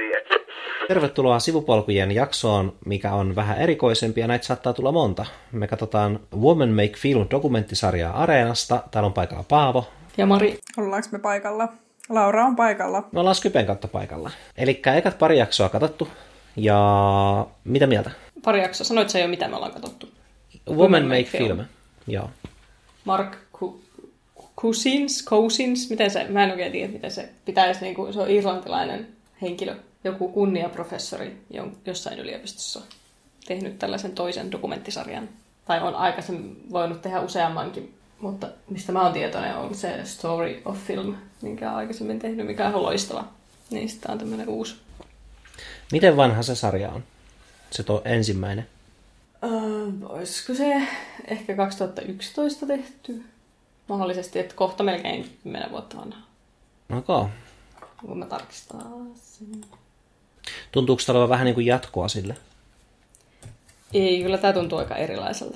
Tervetuloa Sivupolkujen jaksoon, mikä on vähän erikoisempi ja näitä saattaa tulla monta. Me katsotaan Women Make Film -dokumenttisarjaa Areenasta. Täällä on paikalla Paavo. Ja Mari. Ollaanko me paikalla? Laura on paikalla. Me ollaan Skypen kautta paikalla. Elikkä ekat pari jaksoa katsottu. Ja mitä mieltä? Pari jaksoa. Sanoit sä jo, mitä me ollaan katsottu? Women Make Film. Joo. Mark Cousins, miten se, mä en oikein tiedä, miten se pitäisi, niin kuin, se on irlantilainen henkilö, joku kunniaprofessori jossain yliopistossa tehnyt tällaisen toisen dokumenttisarjan. Tai on aikaisemmin voinut tehdä useammankin, mutta mistä mä oon tietoinen on se Story of Film, minkä on aikaisemmin tehnyt, mikä on loistava. Niin sitä on tämmöinen uusi. Miten vanha se sarja on? Se tuo ensimmäinen. Olisiko se ehkä 2011 tehty? Mahdollisesti, että kohta melkein 10 vuotta vanha. Okay. Kun mä tarkistan sen. Tuntuuko tämä olevan vähän niin kuin jatkoa sille? Ei, kyllä tämä tuntuu aika erilaiselta.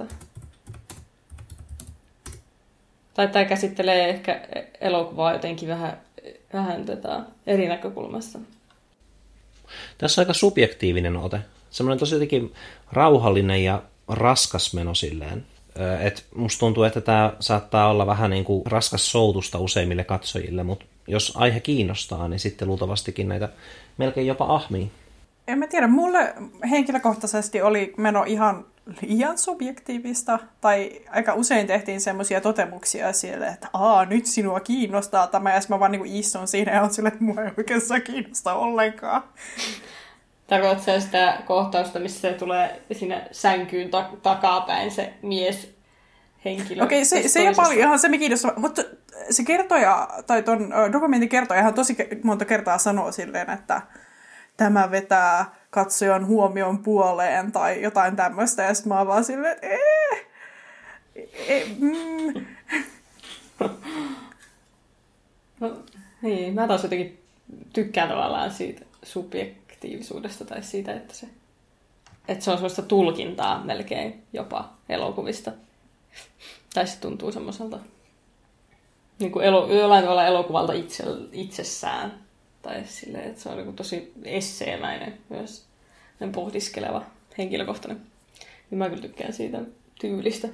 Tai tämä käsittelee ehkä elokuvaa jotenkin vähän eri näkökulmasta. Tässä on aika subjektiivinen ote. Semmoinen tosi jotenkin rauhallinen ja raskas meno silleen. Et musta tuntuu, että tämä saattaa olla vähän niin kuin raskas soutusta useimmille katsojille, mutta jos aihe kiinnostaa, niin sitten luultavastikin näitä melkein jopa ahmii. En mä tiedä, mulle henkilökohtaisesti oli meno ihan liian subjektiivista, tai aika usein tehtiin semmoisia totemuksia sille, että nyt sinua kiinnostaa tämä, ja mä vaan niin kuin istun siinä ja on silleen, että mua ei oikeastaan kiinnosta ollenkaan. Tarkoitatko sä sitä kohtausta, missä se tulee sinne sänkyyn takapäin se mies henkilö? Okei, se ei ole paljon ihan se, mikä kiinnostaa, mutta se kertoja, tai ton dokumentin kertojahan tosi monta kertaa sanoo silleen, että tämä vetää katsojan huomion puoleen, tai jotain tämmöistä, ja sitten mä oon vaan silleen, No, niin, mä taas jotenkin tykkään tavallaan siitä subjektiivisuudesta tai siitä, että se on sellaista tulkintaa melkein jopa elokuvista. Tai se tuntuu semmoiselta niin kuin jollain tavalla elokuvalta itsessään. Tai silleen, että se on niin kuin tosi esseemäinen myös, pohdiskeleva, henkilökohtainen. Niin mä kyllä tykkään siitä tyylistä.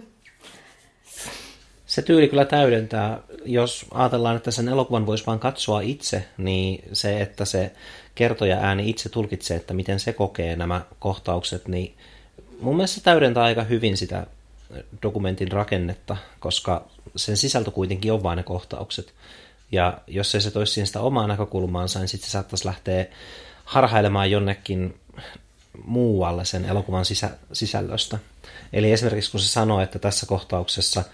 Se tyyli kyllä täydentää. Jos ajatellaan, että sen elokuvan voisi vaan katsoa itse, niin se, että se kertoja ääni itse tulkitsee, että miten se kokee nämä kohtaukset, niin mun mielestä se täydentää aika hyvin sitä dokumentin rakennetta, koska sen sisältö kuitenkin on vain ne kohtaukset. Ja jos ei se toisi siihen sitä omaa näkökulmaansa, niin sitten se saattaisi lähteä harhailemaan jonnekin muualle sen elokuvan sisällöstä. Eli esimerkiksi kun se sanoo, että tässä kohtauksessa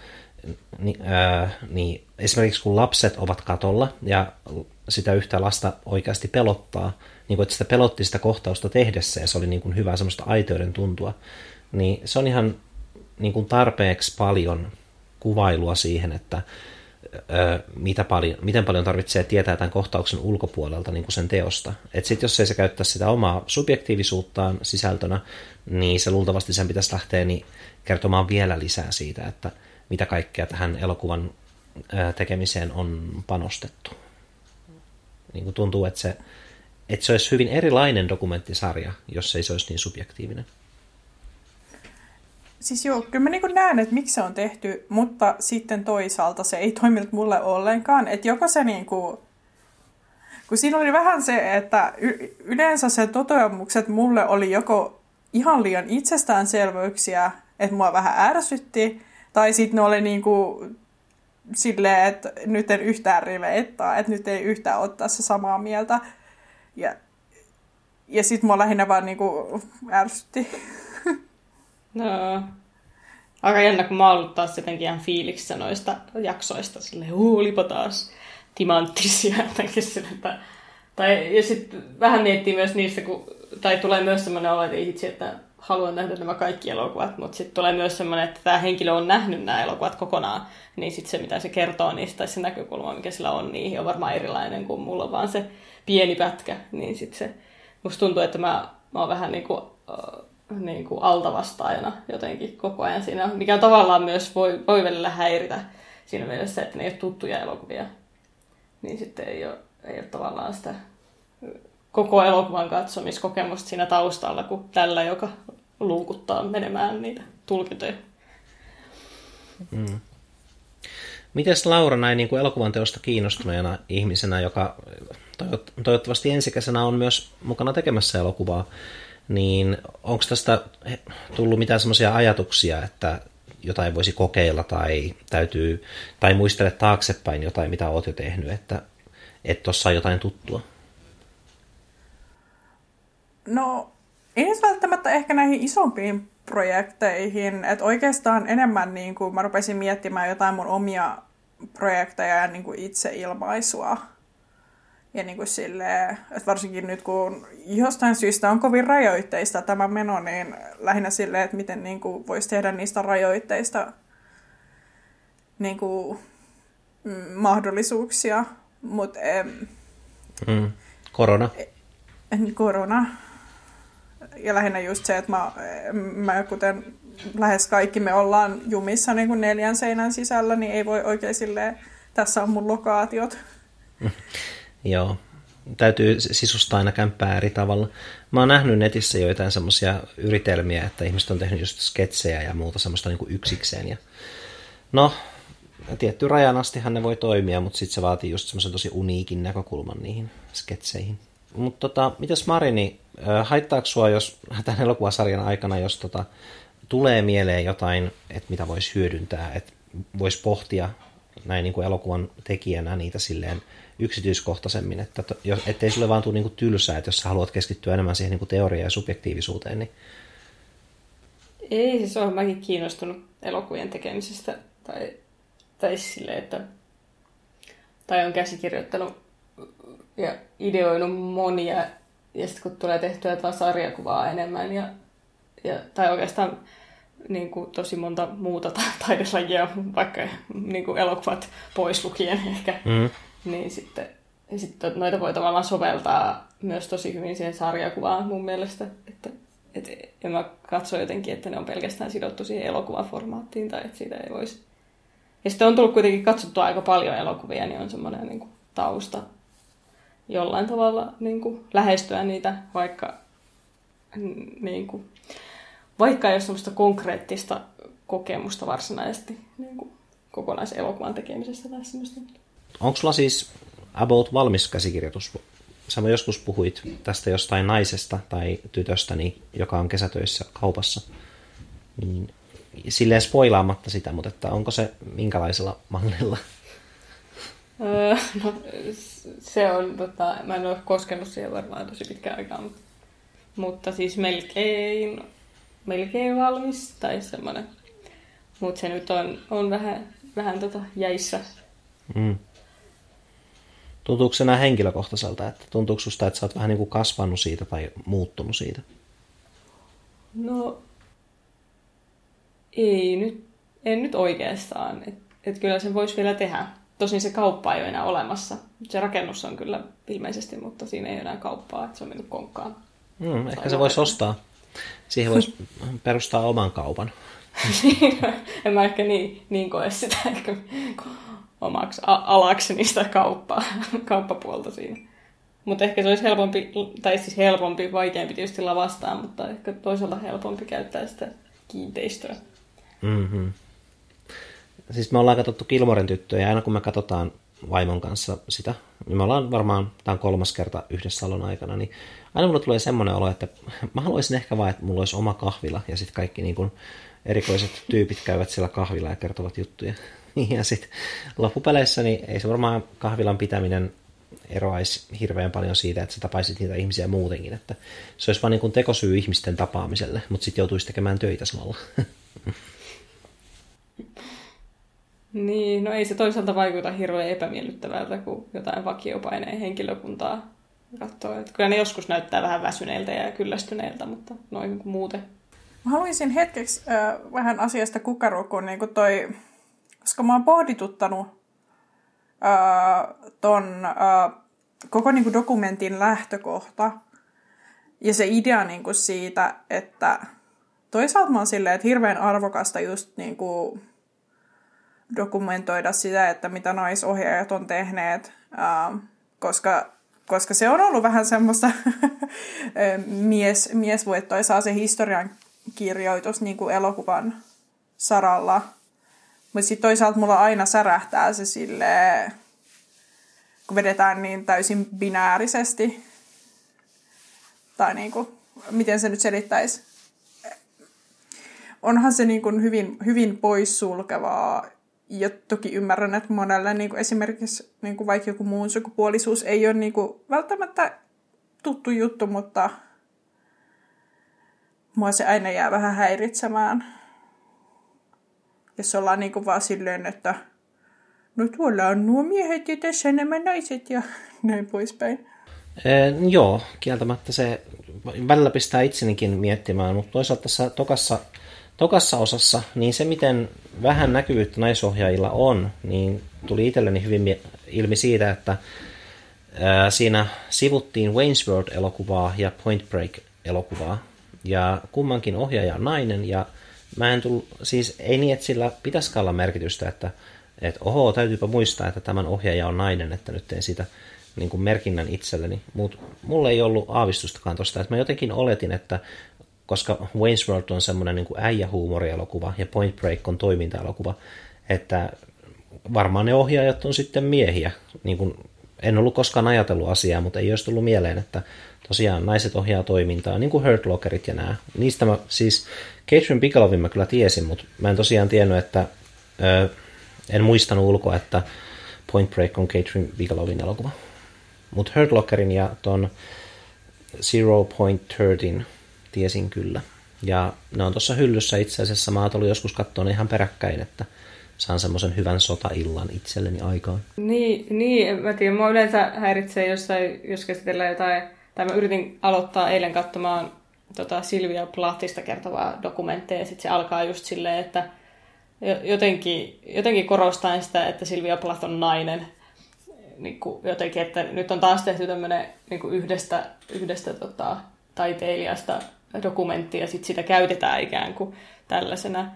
niin esimerkiksi kun lapset ovat katolla ja sitä yhtä lasta oikeasti pelottaa, niin kuin että sitä pelotti sitä kohtausta tehdessä ja se oli niin kuin hyvää semmoista aitouden tuntua, niin se on ihan niin kuin tarpeeksi paljon kuvailua siihen, että miten paljon tarvitsee tietää tämän kohtauksen ulkopuolelta niin kuin sen teosta. Että sitten jos ei se käyttää sitä omaa subjektiivisuuttaan sisältönä, niin se luultavasti sen pitäisi lähteä kertomaan vielä lisää siitä, että mitä kaikkea tähän elokuvan tekemiseen on panostettu. Niin kuin tuntuu, että se olisi hyvin erilainen dokumenttisarja, jos ei se olisi niin subjektiivinen. Siis joo, kyllä mä niin näen, että miksi se on tehty, mutta sitten toisaalta se ei toiminut mulle ollenkaan. Että joko se niin kuin, kun siinä oli vähän se, että yleensä se toteamukset mulle oli joko ihan liian itsestäänselvyyksiä, että mua vähän ärsytti, tai sitten ne oli niin kuin silleen, että nyt en yhtään riveittaa, että nyt ei yhtään ottaa se samaa mieltä. Ja sitten mua lähinnä vaan niin kuin ärsytti. No, aika jännä, kun mä oon ollut taas jotenkin ihan fiiliksissä noista jaksoista. Silleen, olipa taas timanttisia. Ja sitten vähän miettii myös niistä, tai tulee myös semmoinen olo, että haluan nähdä nämä kaikki elokuvat, mutta sitten tulee myös semmoinen, että tämä henkilö on nähnyt nämä elokuvat kokonaan, niin sitten se, mitä se kertoo niistä, tai se näkökulma, mikä sillä on, niin on varmaan erilainen kuin mulla on vaan se pieni pätkä. Niin sitten se, musta tuntuu, että mä oon vähän niin kuin altavastaajana jotenkin koko ajan siinä, mikä tavallaan myös voi välillä häiritä siinä mielessä, että ne ei ole tuttuja elokuvia, niin sitten ei ole tavallaan sitä koko elokuvan katsomiskokemusta siinä taustalla kuin tällä, joka luukuttaa menemään niitä tulkintoja. Mites Laura näin niin kuin elokuvan teosta kiinnostuneena ihmisenä, joka toivottavasti ensikäisenä on myös mukana tekemässä elokuvaa, niin onko tästä tullut mitään semmoisia ajatuksia, että jotain voisi kokeilla tai muistele taaksepäin jotain, mitä olet jo tehnyt, että tuossa on jotain tuttua? No, ei nyt välttämättä ehkä näihin isompiin projekteihin, että oikeastaan enemmän niin kuin mä rupesin miettimään jotain mun omia projekteja ja niin kuin itseilmaisua. Ja niin kuin silleen, että varsinkin nyt kun jostain syystä on kovin rajoitteista tämä meno, niin lähinnä silleen, että miten niin kuin voisi tehdä niistä rajoitteista niin kuin, mahdollisuuksia. Mut, Korona. Korona. Ja lähinnä just se, että mä kuten lähes kaikki me ollaan jumissa niin kuin 4 seinän sisällä, niin ei voi oikein silleen, tässä on mun lokaatiot. Joo, täytyy sisustaa aina kämppää eri tavalla. Mä oon nähnyt netissä joitain semmoisia yritelmiä, että ihmiset on tehnyt just sketsejä ja muuta semmoista niin kuin yksikseen. Ja no, tietty rajan astihan ne voi toimia, mutta sitten se vaatii just semmoisen tosi uniikin näkökulman niihin sketseihin. Mutta mitäs Marini, haittaako sua tämän elokuvasarjan aikana, jos tulee mieleen jotain, että mitä voisi hyödyntää, että voisi pohtia näin niin kuin elokuvan tekijänä niitä silleen yksityiskohtaisemmin, että ettei sulle vaan tule niin kuin tylsää, että jos sä haluat keskittyä enemmän siihen niin kuin teoriaan ja subjektiivisuuteen, niin... Ei, siis olen mäkin kiinnostunut elokuvien tekemisestä, tai silleen, että... Tai on käsikirjoittanut ja ideoinut monia, ja sitten kun tulee tehtyä vaan sarjakuvaa enemmän, tai oikeastaan niin kuin tosi monta muuta taidelajia, vaikka niin kuin elokuvat pois lukien ehkä, niin sitten noita voi tavallaan soveltaa myös tosi hyvin siihen sarjakuvaan mun mielestä, että mä katson jotenkin, että ne on pelkästään sidottu siihen elokuvaformaattiin, tai että siitä ei voisi. Ja sitten on tullut kuitenkin katsottua aika paljon elokuvia, niin on semmoinen niin kuin tausta jollain tavalla niin kuin lähestyä niitä, vaikka ei ole semmoista konkreettista kokemusta varsinaisesti niin kuin kokonaiselokuvan tekemisestä tai semmoista. Onko sulla siis about valmis käsikirjoitus? Sä joskus puhuit tästä jostain naisesta tai tytöstä, joka on kesätöissä kaupassa. Niin, silleen spoilaamatta sitä, mutta että onko se minkälaisella mallilla? No, se on, mä en ole koskenut siihen varmaan tosi pitkään aikaa, mutta siis melkein valmis tai semmoinen. Mutta se nyt on vähän jäissä. Tuntuuko se näin henkilökohtaiselta? Että tuntuuko susta, että sä oot vähän niin kuin kasvanut siitä tai muuttunut siitä? No, en nyt oikeastaan. Et kyllä sen voisi vielä tehdä. Tosin se kauppa ei ole enää olemassa. Se rakennus on kyllä ilmeisesti, mutta siinä ei ole enää kauppaa, että se on mennyt konkkaan. Ehkä se voisi ostaa. Siihen voisi perustaa oman kaupan. En mä ehkä niin koe sitä ehkä omaksi alakseni sitä kauppapuolta siinä. Mutta ehkä se olisi helpompi, vaikeampi tietysti lavastaa, mutta ehkä toisaalta helpompi käyttää sitä kiinteistöä. Mm-hmm. Siis me ollaan katsottu Gilmoren tyttöjä, ja aina kun me katsotaan vaimon kanssa sitä, niin me ollaan varmaan, tämä on 3. kerta yhdessä salon aikana, niin aina mulle tulee semmoinen olo, että mä haluaisin ehkä vaan, että mulla olisi oma kahvila, ja sitten kaikki niin kuin erikoiset tyypit käyvät siellä kahvilla ja kertovat juttuja. Ja sitten loppupeleissä niin ei se varmaan kahvilan pitäminen eroaisi hirveän paljon siitä, että sä tapaisit niitä ihmisiä muutenkin, että se olisi vaan niin kuin tekosyy ihmisten tapaamiselle, mutta sitten joutuisi tekemään töitä samalla. Niin, no ei se toisaalta vaikuta hirveän epämiellyttävältä, kun jotain vakiopaineen henkilökuntaa katsoo. Että kyllä ne joskus näyttää vähän väsyneiltä ja kyllästyneiltä, mutta noin muuten. Mä haluaisin hetkeksi vähän asiasta kukarukun, niin kuin koska mä oon pohdituttanut ton koko niin kuin dokumentin lähtökohta ja se idea niin kuin siitä, että toisaalta mä oon silleen, että hirveän arvokasta just niin kuin dokumentoida sitä, että mitä naisohjaajat on tehneet, koska koska se on ollut vähän semmoista miesvoittoisaa se historian kirjoitus niin kuin elokuvan saralla. Mutta sitten toisaalta mulla aina särähtää se silleen, kun vedetään niin täysin binäärisesti. Tai niin kuin, miten se nyt selittäisi? Onhan se niin kuin hyvin poissulkevaa. Ja toki ymmärrän, että monelle niin kuin esimerkiksi niin kuin vaikka joku muun sukupuolisuus ei ole niin kuin välttämättä tuttu juttu, mutta mua se aina jää vähän häiritsemään. Jos ollaan niin kuin vaan silleen, että no tuolla on nuo miehet ja tässä nämä naiset ja näin poispäin. Joo, kieltämättä se välillä pistää itsenikin miettimään, mutta toisaalta tässä tokassa osassa, niin se miten vähän näkyvyyttä naisohjaajilla on, niin tuli itselleni hyvin ilmi siitä, että siinä sivuttiin Wayne's World-elokuvaa ja Point Break-elokuvaa, ja kummankin ohjaaja on nainen, ja mä en tullut, siis ei niin, että sillä pitäisikään olla merkitystä, että oho, täytyypä muistaa, että tämän ohjaaja on nainen, että nyt teen sitä niin kuin merkinnän itselleni, mutta mulla ei ollut aavistustakaan tosta, että mä jotenkin oletin, että koska Wayne's World on semmoinen niin kuin äijähuumorielokuva ja Point Break on toimintaelokuva, että varmaan ne ohjaajat on sitten miehiä. Niin kuin, en ollut koskaan ajatellut asiaa, mutta ei olisi tullut mieleen, että tosiaan naiset ohjaa toimintaa, niin kuin Hurt Lockerit ja nämä. Niistä mä siis, Catherine Bigelowin mä kyllä tiesin, mutta mä en tosiaan tiennyt, että en muistanut ulkoa, että Point Break on Catherine Bigelowin elokuva. Mutta Hurt Lockerin ja ton 0.13 tiesin kyllä. Ja ne on tuossa hyllyssä itse asiassa. Mä ajattelin joskus katsoa ihan peräkkäin, että saan semmoisen hyvän sotaillan itselleni aikaan. Niin, mä tiedän, mua yleensä häiritsee jossain, jos käsitellään jotain, tai mä yritin aloittaa eilen katsomaan Sylvia Plathista kertovaa dokumentteja, ja sitten se alkaa just silleen, että jotenkin korostaen sitä, että Sylvia Plath on nainen. Niin kuin jotenkin, että nyt on taas tehty tämmöinen niin kuin yhdestä taiteilijasta dokumentti, ja sitten sitä käytetään ikään kuin tällaisena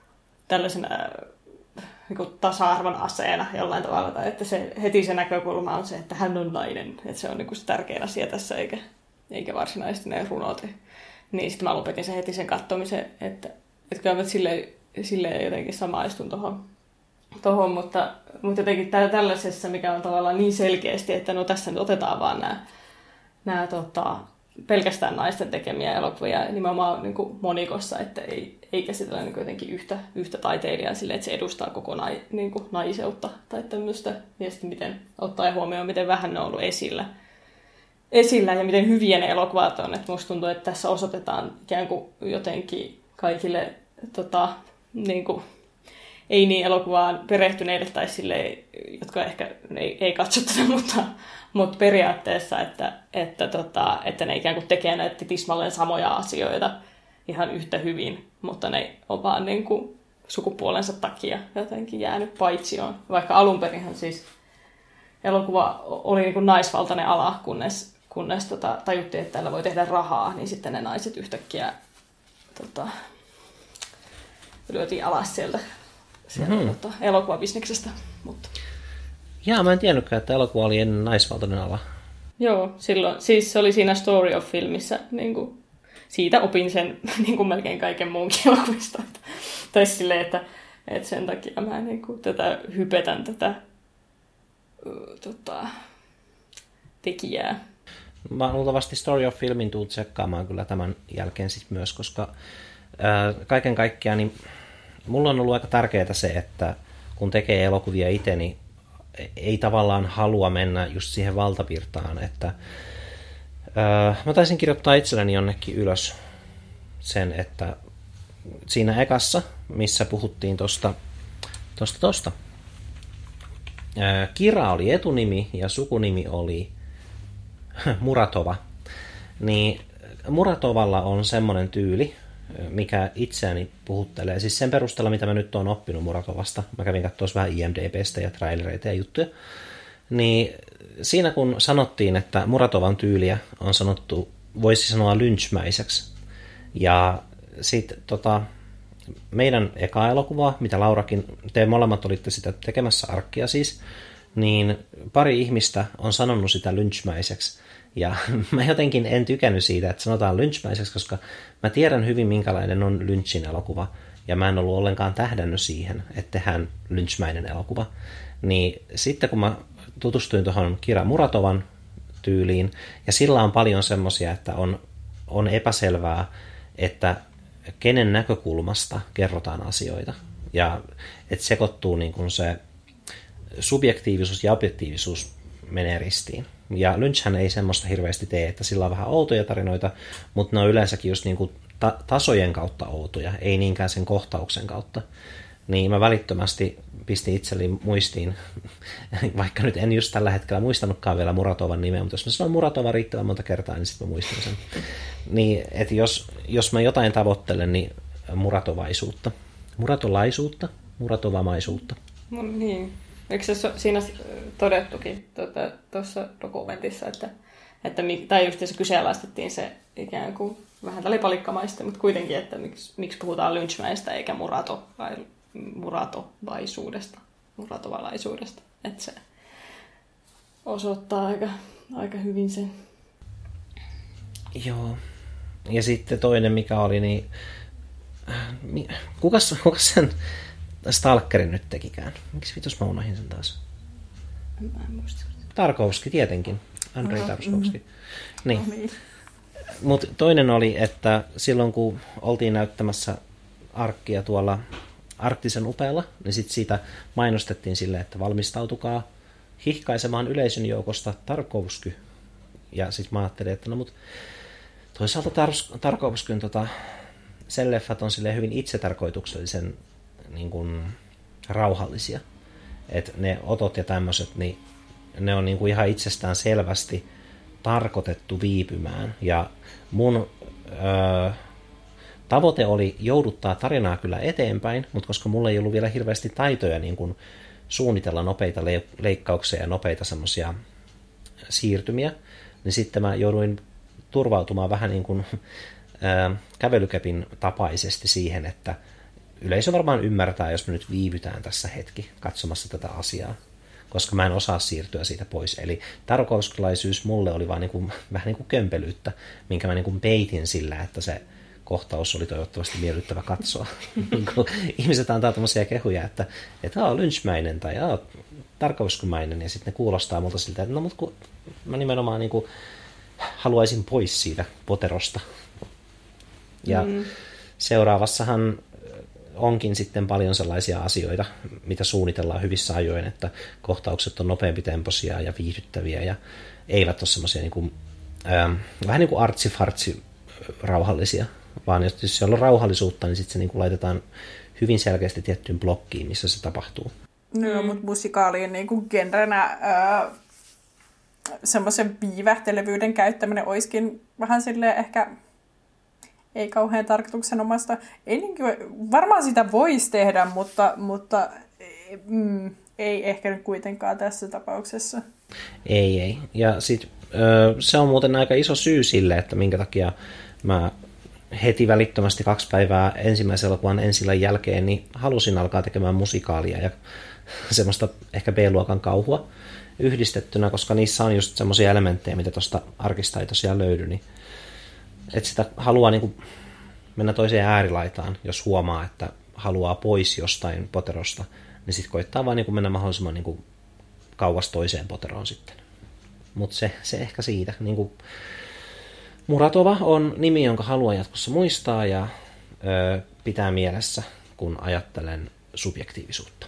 niin kuin tasa-arvon aseena jollain tavalla, tai että se, heti se näkökulma on se, että hän on nainen, että se on niin kuin se tärkein asia tässä, eikä varsinaisesti ne runot. Niin sitten mä lopetin heti sen katsomisen, että kyllä mä silleen jotenkin samaistun tohon, mutta jotenkin tällaisessa, mikä on tavallaan niin selkeästi, että no tässä nyt otetaan vaan nämä pelkästään naisten tekemiä elokuvia nimenomaan niin kuin monikossa, että ei käsitellä niin jotenkin yhtä taiteilijaa silleen, että se edustaa koko niin kuin naiseutta tai tämmöistä, ja sitten miten ottaa huomioon, miten vähän ne on ollut esillä ja miten hyviä ne elokuvat on. Että musta tuntuu, että tässä osoitetaan ikään kuin jotenkin kaikille niin kuin, ei niin elokuvaan perehtyneille tai silleen, jotka ehkä ei katso tätä, mutta periaatteessa, että ne ikään kuin tekee näitä tismalleen samoja asioita ihan yhtä hyvin, mutta ne on vaan niin kuin sukupuolensa takia jotenkin jäänyt paitsioon. Vaikka alunperinhän siis elokuva oli niin kuin naisvaltainen ala, kunnes tajuttiin, että tällä voi tehdä rahaa, niin sitten ne naiset yhtäkkiä lyötiin alas sieltä elokuvabisneksestä. Mutta. Jaa, mä en tiennytkään, että elokuva oli ennen naisvaltainen ala. Joo, silloin, siis se oli siinä Story of Filmissä, niin kuin, siitä opin sen niin kuin melkein kaiken muunkin elokuvista. Tai silleen, että sen takia mä niin kuin, hypetän tätä tekijää. Mä luultavasti Story of Filmin tuun tsekkaamaan kyllä tämän jälkeen sit myös, koska kaiken kaikkiaan niin mulla on ollut aika tärkeää se, että kun tekee elokuvia itse, niin ei tavallaan halua mennä just siihen valtavirtaan, että mä taisin kirjoittaa itselleni jonnekin ylös sen, että siinä ekassa, missä puhuttiin tosta Kira oli etunimi ja sukunimi oli Muratova, niin Muratovalla on semmoinen tyyli, mikä itseäni puhuttelee. Siis sen perusteella, mitä mä nyt oon oppinut Muratovasta, mä kävin katsoa vähän IMDb:stä ja trailereita ja juttuja, niin siinä kun sanottiin, että Muratovan tyyliä on sanottu, voisi sanoa lynchmäiseksi, ja sitten meidän eka elokuva, mitä Laurakin, te molemmat olitte sitä tekemässä Arkkia siis, niin pari ihmistä on sanonut sitä lynchmäiseksi. Ja mä jotenkin en tykännyt siitä, että sanotaan lynchmäiseksi, koska mä tiedän hyvin, minkälainen on Lynchin elokuva. Ja mä en ollut ollenkaan tähdännyt siihen, että tehdään lynchmäinen elokuva. Niin sitten kun mä tutustuin tuohon Kira Muratovan tyyliin, ja sillä on paljon semmoisia, että on epäselvää, että kenen näkökulmasta kerrotaan asioita. Ja että sekoittuu niin kuin se subjektiivisuus ja objektiivisuus menee ristiin. Ja Lynchhän ei semmoista hirveästi tee, että sillä on vähän outoja tarinoita, mutta ne on yleensäkin just niin kuin tasojen kautta outoja, ei niinkään sen kohtauksen kautta. Niin mä välittömästi pistin itselleni muistiin, vaikka nyt en just tällä hetkellä muistanutkaan vielä Muratovan nimeä, mutta jos mä sanon Muratova riittävän monta kertaa, niin sitten mä muistan sen. Niin, että jos mä jotain tavoittelen, niin muratovaisuutta. Muratolaisuutta, muratovamaisuutta. No niin. Eikö se siinä todettukin tuossa dokumentissa, tai just se kyseenalaistettiin se ikään kuin vähän talipalikkamaista, mutta kuitenkin, että miksi puhutaan lynchmäistä eikä muratovalaisuudesta. Että se osoittaa aika hyvin sen. Joo. Ja sitten toinen, mikä oli, niin kukas sen Stalkerin nyt tekikään? Miksi vitus mä unohin sen taas? Mä en muista. Tarkovski tietenkin. Andrei Tarkovski. Niin. No niin. Mutta toinen oli, että silloin kun oltiin näyttämässä arkkia tuolla Arktisen upealla, niin sitten siitä mainostettiin silleen, että valmistautukaa hihkaisemaan yleisön joukosta Tarkovsky. Ja sitten mä ajattelin, että no mut toisaalta Tarkovskyn sen leffat on silleen hyvin itsetarkoituksellisen niin kuin rauhallisia. Että ne otot ja tämmöiset, niin ne on niin kuin ihan itsestään selvästi tarkoitettu viipymään. Ja mun tavoite oli jouduttaa tarinaa kyllä eteenpäin, mutta koska mulla ei ollut vielä hirveästi taitoja niin kuin suunnitella nopeita leikkauksia ja nopeita semmoisia siirtymiä, niin sitten mä jouduin turvautumaan vähän niin kuin kävelykepin tapaisesti siihen, että yleisö varmaan ymmärtää, jos me nyt viivytään tässä hetki katsomassa tätä asiaa, koska mä en osaa siirtyä siitä pois. Eli tarkovskilaisuus mulle oli vaan vähän niin kuin kömpelyyttä, minkä mä niin kuin peitin sillä, että se kohtaus oli toivottavasti miellyttävä katsoa. Ihmiset antaa tämmöisiä kehuja, että on lynchmäinen tai tarkovskimainen, ja sitten ne kuulostaa multa siltä, että no mutta kun mä nimenomaan niin kuin haluaisin pois siitä poterosta. Ja seuraavassahan onkin sitten paljon sellaisia asioita, mitä suunnitellaan hyvissä ajoin, että kohtaukset on nopeampitempoisia ja viihdyttäviä ja eivät ole semmoisia niin kuin, vähän niin kuin artsi-fartsi rauhallisia, vaan jos siellä on rauhallisuutta, niin sitten se niin kuin laitetaan hyvin selkeästi tiettyyn blokkiin, missä se tapahtuu. No, mutta musikaalien niin kuin genrenä semmoisen viivähtelevyyden käyttäminen olisikin vähän silleen ehkä ei kauhean tarkoituksenomasta. Ei niin kuin, varmaan sitä voisi tehdä, mutta ei ehkä nyt kuitenkaan tässä tapauksessa. Ei. Ja sit, se on muuten aika iso syy sille, että minkä takia mä heti välittömästi 2 päivää ensimmäisen elokuvan ensillan jälkeen niin halusin alkaa tekemään musikaalia ja semmoista ehkä B-luokan kauhua yhdistettynä, koska niissä on just semmoisia elementtejä, mitä tuosta arkista ei tosiaan löydy, niin että sitä haluaa niin kuin mennä toiseen äärilaitaan, jos huomaa, että haluaa pois jostain poterosta, niin sitten koittaa vaan niin kuin mennä mahdollisimman niin kuin kauas toiseen poteroon sitten. Mutta se ehkä siitä. Niin kuin Muratova on nimi, jonka haluan jatkossa muistaa ja pitää mielessä, kun ajattelen subjektiivisuutta.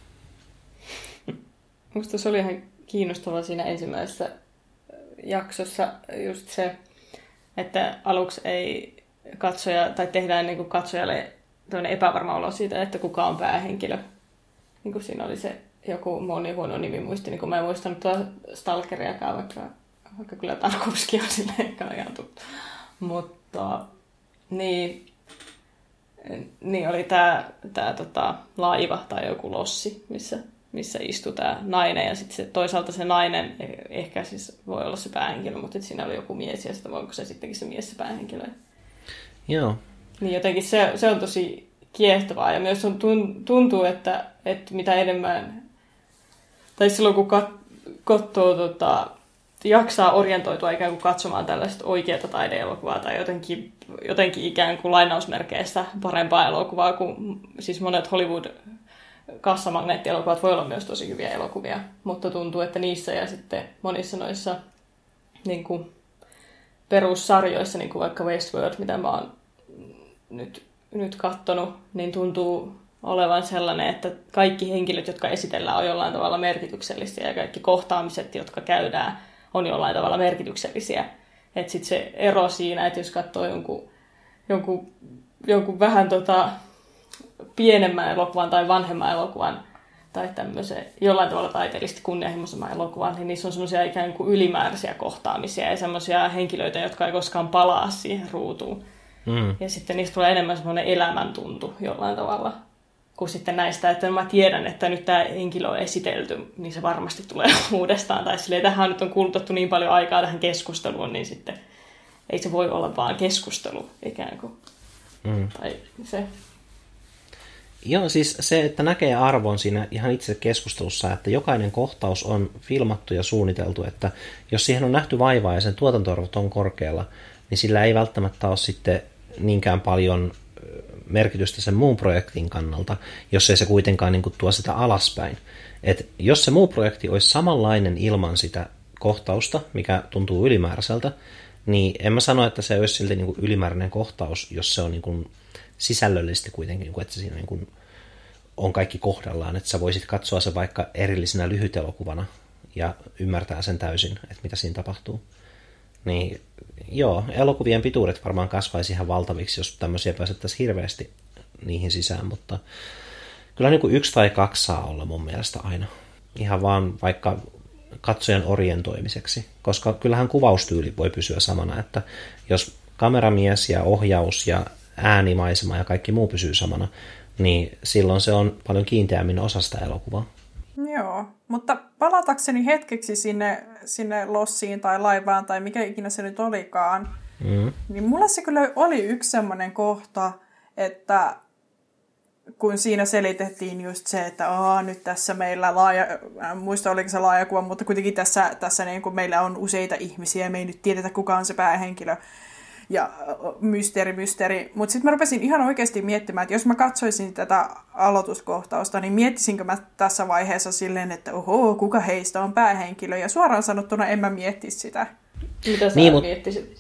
Musta se oli ihan kiinnostavaa siinä ensimmäisessä jaksossa just se, että aluksi ei katsoja, tai tehdään niin kuin katsojalle toinen epävarma olo siitä, että kuka on päähenkilö. Niin kuin siinä oli se joku huono nimi muisti, niin kuin mä en muistanut tuo Stalkeriakaan, vaikka kyllä Tarkovski on silleen ihan tuttu. Mutta niin oli tää laiva tai joku lossi, missä istuu tämä nainen, ja sitten toisaalta se nainen ehkä siis voi olla se päähenkilö, mutta siinä oli joku mies, ja sitten onko se sittenkin se mies se päähenkilö. Joo. Niin jotenkin se on tosi kiehtovaa, ja myös tuntuu, että mitä enemmän tai silloin kun katsoo, jaksaa orientoitua ikään kuin katsomaan tällaista oikeata taideelokuvaa tai jotenkin ikään kuin lainausmerkeissä parempaa elokuvaa, kuin siis monet Hollywood-kassamagneettielokuvat voi olla myös tosi hyviä elokuvia, mutta tuntuu, että niissä ja sitten monissa noissa niin kuin perussarjoissa, niin kuin vaikka Westworld, mitä mä oon nyt katsonut, niin tuntuu olevan sellainen, että kaikki henkilöt, jotka esitellään, on jollain tavalla merkityksellisiä ja kaikki kohtaamiset, jotka käydään, on jollain tavalla merkityksellisiä. Että sitten se ero siinä, että jos katsoo jonkun vähän pienemmän elokuvan tai vanhemman elokuvan tai tämmöisen jollain tavalla taiteellisesti kunnianhimoisemman elokuvan, niin niissä on semmoisia ikään kuin ylimääräisiä kohtaamisia ja semmoisia henkilöitä, jotka ei koskaan palaa siihen ruutuun. Ja sitten niistä tulee enemmän semmoinen elämäntuntu jollain tavalla kuin sitten näistä, että mä tiedän, että nyt tämä henkilö on esitelty, niin se varmasti tulee uudestaan. Tai silleen, tähän nyt on kulutettu niin paljon aikaa tähän keskusteluun, niin sitten ei se voi olla vaan keskustelu ikään kuin. Tai se. Joo, siis se, että näkee arvon siinä ihan itse keskustelussa, että jokainen kohtaus on filmattu ja suunniteltu, että jos siihen on nähty vaivaa ja sen tuotantoarvot on korkealla, niin sillä ei välttämättä ole sitten niinkään paljon merkitystä sen muun projektin kannalta, jos ei se kuitenkaan niin kuin tuo sitä alaspäin. Et jos se muu projekti olisi samanlainen ilman sitä kohtausta, mikä tuntuu ylimääräiseltä, niin en mä sano, että se olisi silti niin kuin ylimääräinen kohtaus, jos se on niin kuin sisällöllisesti kuitenkin, että se siinä niin kuin on kaikki kohdallaan, että sä voisit katsoa se vaikka erillisenä lyhytelokuvana ja ymmärtää sen täysin, että mitä siinä tapahtuu. Niin joo, elokuvien pituudet varmaan kasvaisi ihan valtaviksi, jos tämmöisiä pääsettäisiin hirveästi niihin sisään, mutta kyllä niin kuin 1 tai 2 saa olla mun mielestä aina. Ihan vaan vaikka katsojan orientoimiseksi, koska kyllähän kuvaustyyli voi pysyä samana, että jos kameramies ja ohjaus ja äänimaisema ja kaikki muu pysyy samana, niin silloin se on paljon kiinteämmin osa sitä elokuvaa. Joo, mutta palatakseni hetkeksi sinne lossiin tai laivaan tai mikä ikinä se nyt olikaan, niin mulla se kyllä oli yksi semmoinen kohta, että kun siinä selitettiin just se, että nyt tässä meillä muista oliko se laaja kuva, mutta kuitenkin tässä niin kuin meillä on useita ihmisiä ja me ei nyt tiedetä kuka on se päähenkilö. Ja mysteeri. Mutta sitten mä rupesin ihan oikeasti miettimään, että jos mä katsoisin tätä aloituskohtausta, niin miettisinkö mä tässä vaiheessa silleen, että kuka heistä on päähenkilö? Ja suoraan sanottuna en mä miettisi sitä. Mitä sä miettisit?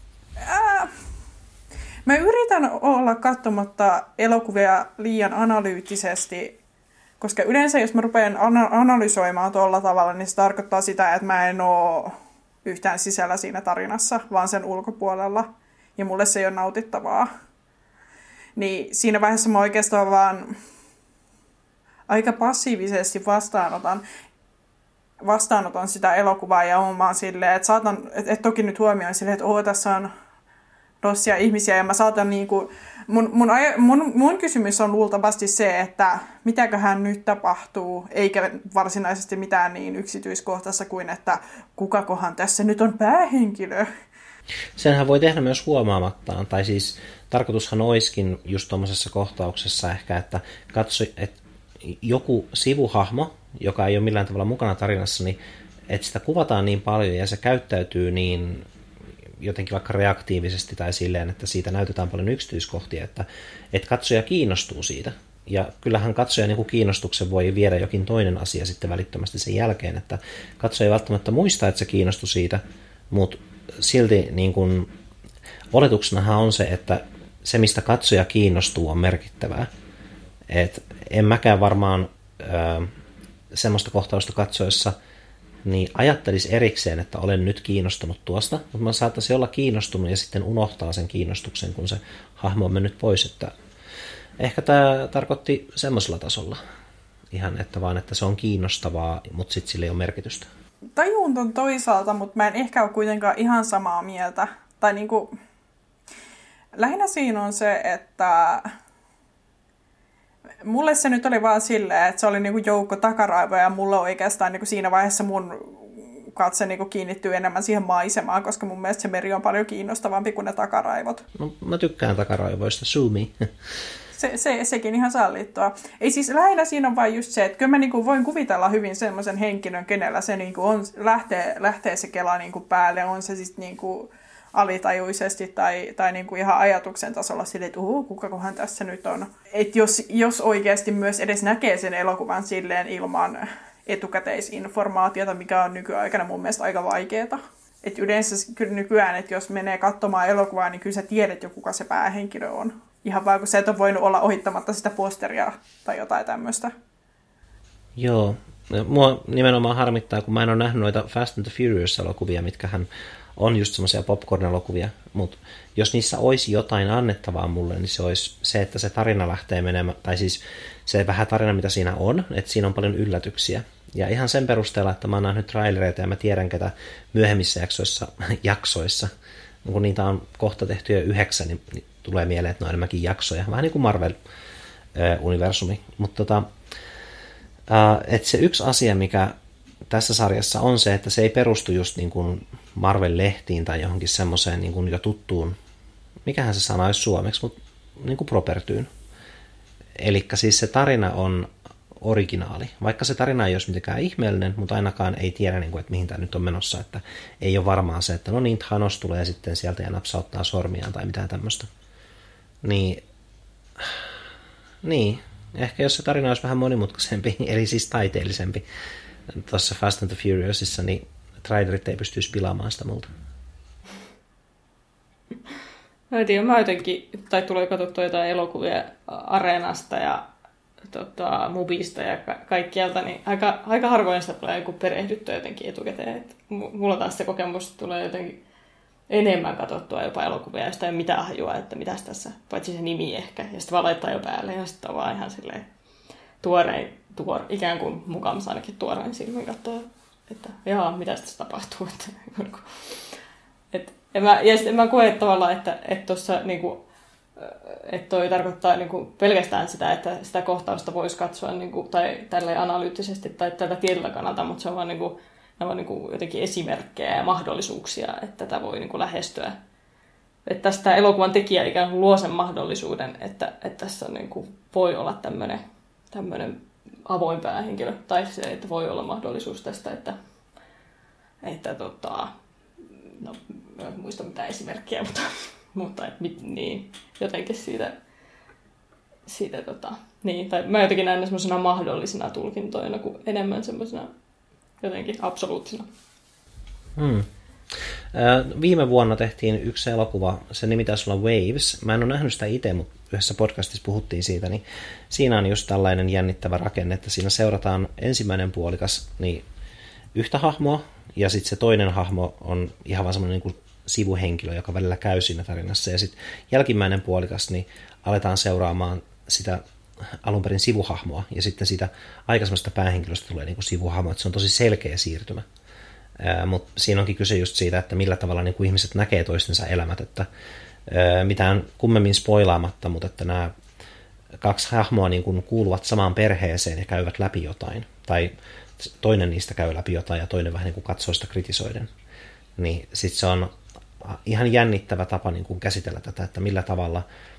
Mä yritän olla katsomatta elokuvia liian analyyttisesti, koska yleensä jos mä rupean analysoimaan tuolla tavalla, niin se tarkoittaa sitä, että mä en oo yhtään sisällä siinä tarinassa, vaan sen ulkopuolella. Ja mulle se ei ole nautittavaa. Niin siinä vaiheessa mä oikeastaan vaan aika passiivisesti vastaanotan sitä elokuvaa ja oon vaan silleen, että että toki nyt huomioon silleen, että tässä on rossia ihmisiä ja mä saatan niinku, mun kysymys on luultavasti se, että mitäköhän nyt tapahtuu, eikä varsinaisesti mitään niin yksityiskohtaista kuin, että kukakohan tässä nyt on päähenkilö. Senhän voi tehdä myös huomaamattaan, tai siis tarkoitushan olisikin just tuommoisessa kohtauksessa ehkä, että että joku sivuhahmo, joka ei ole millään tavalla mukana tarinassa, niin että sitä kuvataan niin paljon ja se käyttäytyy niin jotenkin vaikka reaktiivisesti tai silleen, että siitä näytetään paljon yksityiskohtia, että katsoja kiinnostuu siitä. Ja kyllähän katsoja niin kuin kiinnostuksen voi viedä jokin toinen asia sitten välittömästi sen jälkeen, että katsoja ei välttämättä muista, että se kiinnostui siitä, mutta silti niin kuin, oletuksenahan on se, että se, mistä katsoja kiinnostuu, on merkittävää. Et en mäkään varmaan semmoista kohtausta katsoessa niin ajattelisi erikseen, että olen nyt kiinnostunut tuosta, mutta mä saattaisin olla kiinnostunut ja sitten unohtaa sen kiinnostuksen, kun se hahmo on mennyt pois. Että ehkä tämä tarkoitti semmoisella tasolla ihan, että vaan, että se on kiinnostavaa, mutta sitten sillä ei ole merkitystä. Tajun ton toisaalta, mutta mä en ehkä ole kuitenkaan ihan samaa mieltä. Tai niinku, lähinnä siinä on se, että mulle se nyt oli vaan silleen, että se oli niinku joukko takaraivoja ja mulla oikeastaan niinku siinä vaiheessa mun katse niin kuin kiinnittyy enemmän siihen maisemaan, koska mun mielestä se meri on paljon kiinnostavampi kuin ne takaraivot. No, mä tykkään takaraivoista, sue me. Sekin ihan sallittua. Ei siis lähinnä siinä on vain just se, että kyllä mä niinku voin kuvitella hyvin semmoisen henkilön, kenellä se niinku on, lähtee se kela niinku päälle, on se siis niinku alitajuisesti tai niinku ihan ajatuksen tasolla silleen, että kukakohan tässä nyt on. Että jos oikeasti myös edes näkee sen elokuvan silleen ilman etukäteisinformaatiota, mikä on nykyaikana mun mielestä aika vaikeaa. Että yleensä kyllä nykyään, että jos menee katsomaan elokuvaa, niin kyllä sä tiedät jo, kuka se päähenkilö on. Ihan vaan, kun sä et ole voinut olla ohittamatta sitä posteria tai jotain tämmöistä. Joo. Mua nimenomaan harmittaa, kun mä en ole nähnyt noita Fast and the Furious-elokuvia, mitkähän on just semmoisia popcorn-elokuvia. Mutta jos niissä olisi jotain annettavaa mulle, niin se olisi se, että se tarina lähtee menemään, tai siis se vähän tarina, mitä siinä on, että siinä on paljon yllätyksiä. Ja ihan sen perusteella, että mä oon nähnyt trailereita ja mä tiedän, ketä myöhemmissä jaksoissa, kun niitä on kohta tehty jo 9, niin tulee mieleen, että ne on enemmänkin jaksoja. Vähän niin kuin Marvel-universumi. Mutta että se yksi asia, mikä tässä sarjassa on se, että se ei perustu just niin kuin Marvel-lehtiin tai johonkin semmoiseen niin kuin jo tuttuun, mikähän se sana olisi suomeksi, mutta niin kuin propertyyn. Eli siis se tarina on originaali. Vaikka se tarina ei olisi mitenkään ihmeellinen, mutta ainakaan ei tiedä, niin kuin, että mihin tämä nyt on menossa. Että ei ole varmaan se, että no niin, Thanos tulee sitten sieltä ja napsauttaa sormiaan tai mitään tämmöistä. Niin, ehkä jos se tarina olisi vähän monimutkaisempi, eli siis taiteellisempi tuossa Fast and the Furiousissa, niin trailerit ei pystyisi pilaamaan sitä multa. Mä en tiedä, mä jotenkin, tai tulee katsottua jotain elokuvia Areenasta ja Mubista ja kaikkialta, niin aika harvoin sitä tulee joku perehdyttyä jotenkin etukäteen. Et mulla taas se kokemus tulee jotenkin enemmän katsottua jopa elokuvia, josta ei ole mitään hajua, että mitäs tässä, paitsi se nimi ehkä, ja sitten vaan laittaa jo päälle, ja sitten on vaan ihan silleen tuorein, ikään kuin mukaamassa ainakin tuorein silmin katsoa, että jaa, mitä tässä tapahtuu. En mä koe tavallaan, että tuossa niinku, että toi tarkoittaa niinku pelkästään sitä, että sitä kohtausta voisi katsoa niinku, tai tälleen analyyttisesti tai tältä tietyllä kannalta, mutta se on vaan niinku, nämä on niinku jotenkin esimerkkejä ja mahdollisuuksia, että tätä voi niinku lähestyä. Että tästä elokuvan tekijä ikään kuin luo sen mahdollisuuden, että tässä on niinku, voi olla tämmöinen avoin päähenkilö, tai se, että voi olla mahdollisuus tästä, että no, en muista mitään esimerkkiä, mutta niin, jotenkin siitä niin, tai mä jotenkin näen ne semmoisena mahdollisina tulkintoina kuin enemmän semmoisena jotenkin absoluuttisena. Viime vuonna tehtiin yksi elokuva, se nimi taisi olla Waves. Mä en ole nähnyt sitä itse, mutta yhdessä podcastissa puhuttiin siitä, niin siinä on just tällainen jännittävä rakenne, että siinä seurataan ensimmäinen puolikas niin yhtä hahmoa, ja sitten se toinen hahmo on ihan vaan semmoinen niin kuin sivuhenkilö, joka välillä käy siinä tarinassa, ja sitten jälkimmäinen puolikas, niin aletaan seuraamaan sitä alunperin sivuhahmoa, ja sitten siitä aikaisemmasta päähenkilöstä tulee niin kuin sivuhahmo, että se on tosi selkeä siirtymä. Mutta siinä onkin kyse just siitä, että millä tavalla niin kuin ihmiset näkee toistensa elämät, että mitään kummemmin spoilaamatta, mutta että nämä kaksi hahmoa niin kuin kuuluvat samaan perheeseen ja käyvät läpi jotain, tai toinen niistä käy läpi jotain ja toinen vähän niin kuin katsoo sitä kritisoiden, niin sitten se on ihan jännittävä tapa niin kuin käsitellä tätä, että millä tavalla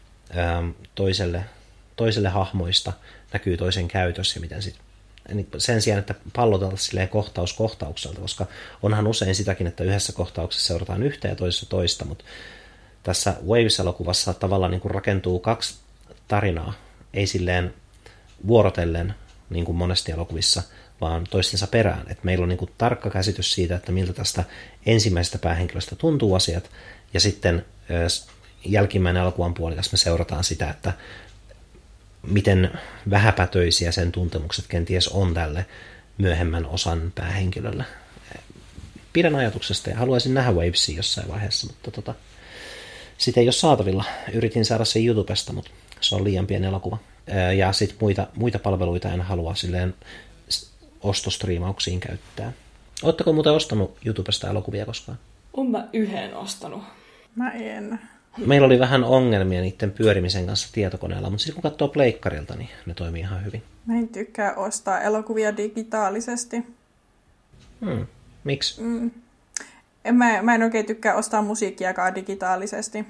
toiselle hahmoista näkyy toisen käytös ja miten sitten sen sijaan, että palloteltaisiin silleen kohtaus kohtaukselta, koska onhan usein sitäkin, että yhdessä kohtauksessa seurataan yhtä ja toisessa toista, mutta tässä Waves-elokuvassa tavallaan niin kuin rakentuu kaksi tarinaa, ei silleen vuorotellen niin kuin monesti elokuvissa, vaan toistensa perään. Et meillä on niin kuin tarkka käsitys siitä, että miltä tästä ensimmäisestä päähenkilöstä tuntuu asiat, ja sitten jälkimmäinen elokuvan puolikas me seurataan sitä, että miten vähäpätöisiä sen tuntemukset kenties on tälle myöhemmän osan päähenkilölle. Pidän ajatuksesta ja haluaisin nähdä Wavesia jossain vaiheessa, mutta sitä ei ole saatavilla. Yritin saada sen YouTubesta, mutta se on liian pieni elokuva. Ja sitten muita palveluita en halua silleen ostostriimauksiin käyttää. Oletteko muuten ostanut YouTubesta elokuvia koskaan? Olen mä yhden ostanut. Mä en. Meillä oli vähän ongelmia niiden pyörimisen kanssa tietokoneella, mutta sitten kun katsoo pleikkarilta, niin ne toimii ihan hyvin. Mä en tykkää ostaa elokuvia digitaalisesti. Miksi? Mä en oikein tykkää ostaa musiikkiakaan digitaalisesti.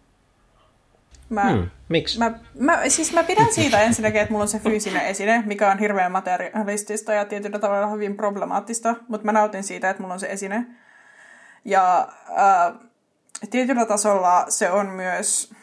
Miksi? Mä pidän siitä ensinnäkin, että mulla on se fyysinen esine, mikä on hirveän materialistista ja tietyllä tavalla hyvin problemaattista, mutta mä nautin siitä, että mulla on se esine. Ja tietyllä tasolla se on myös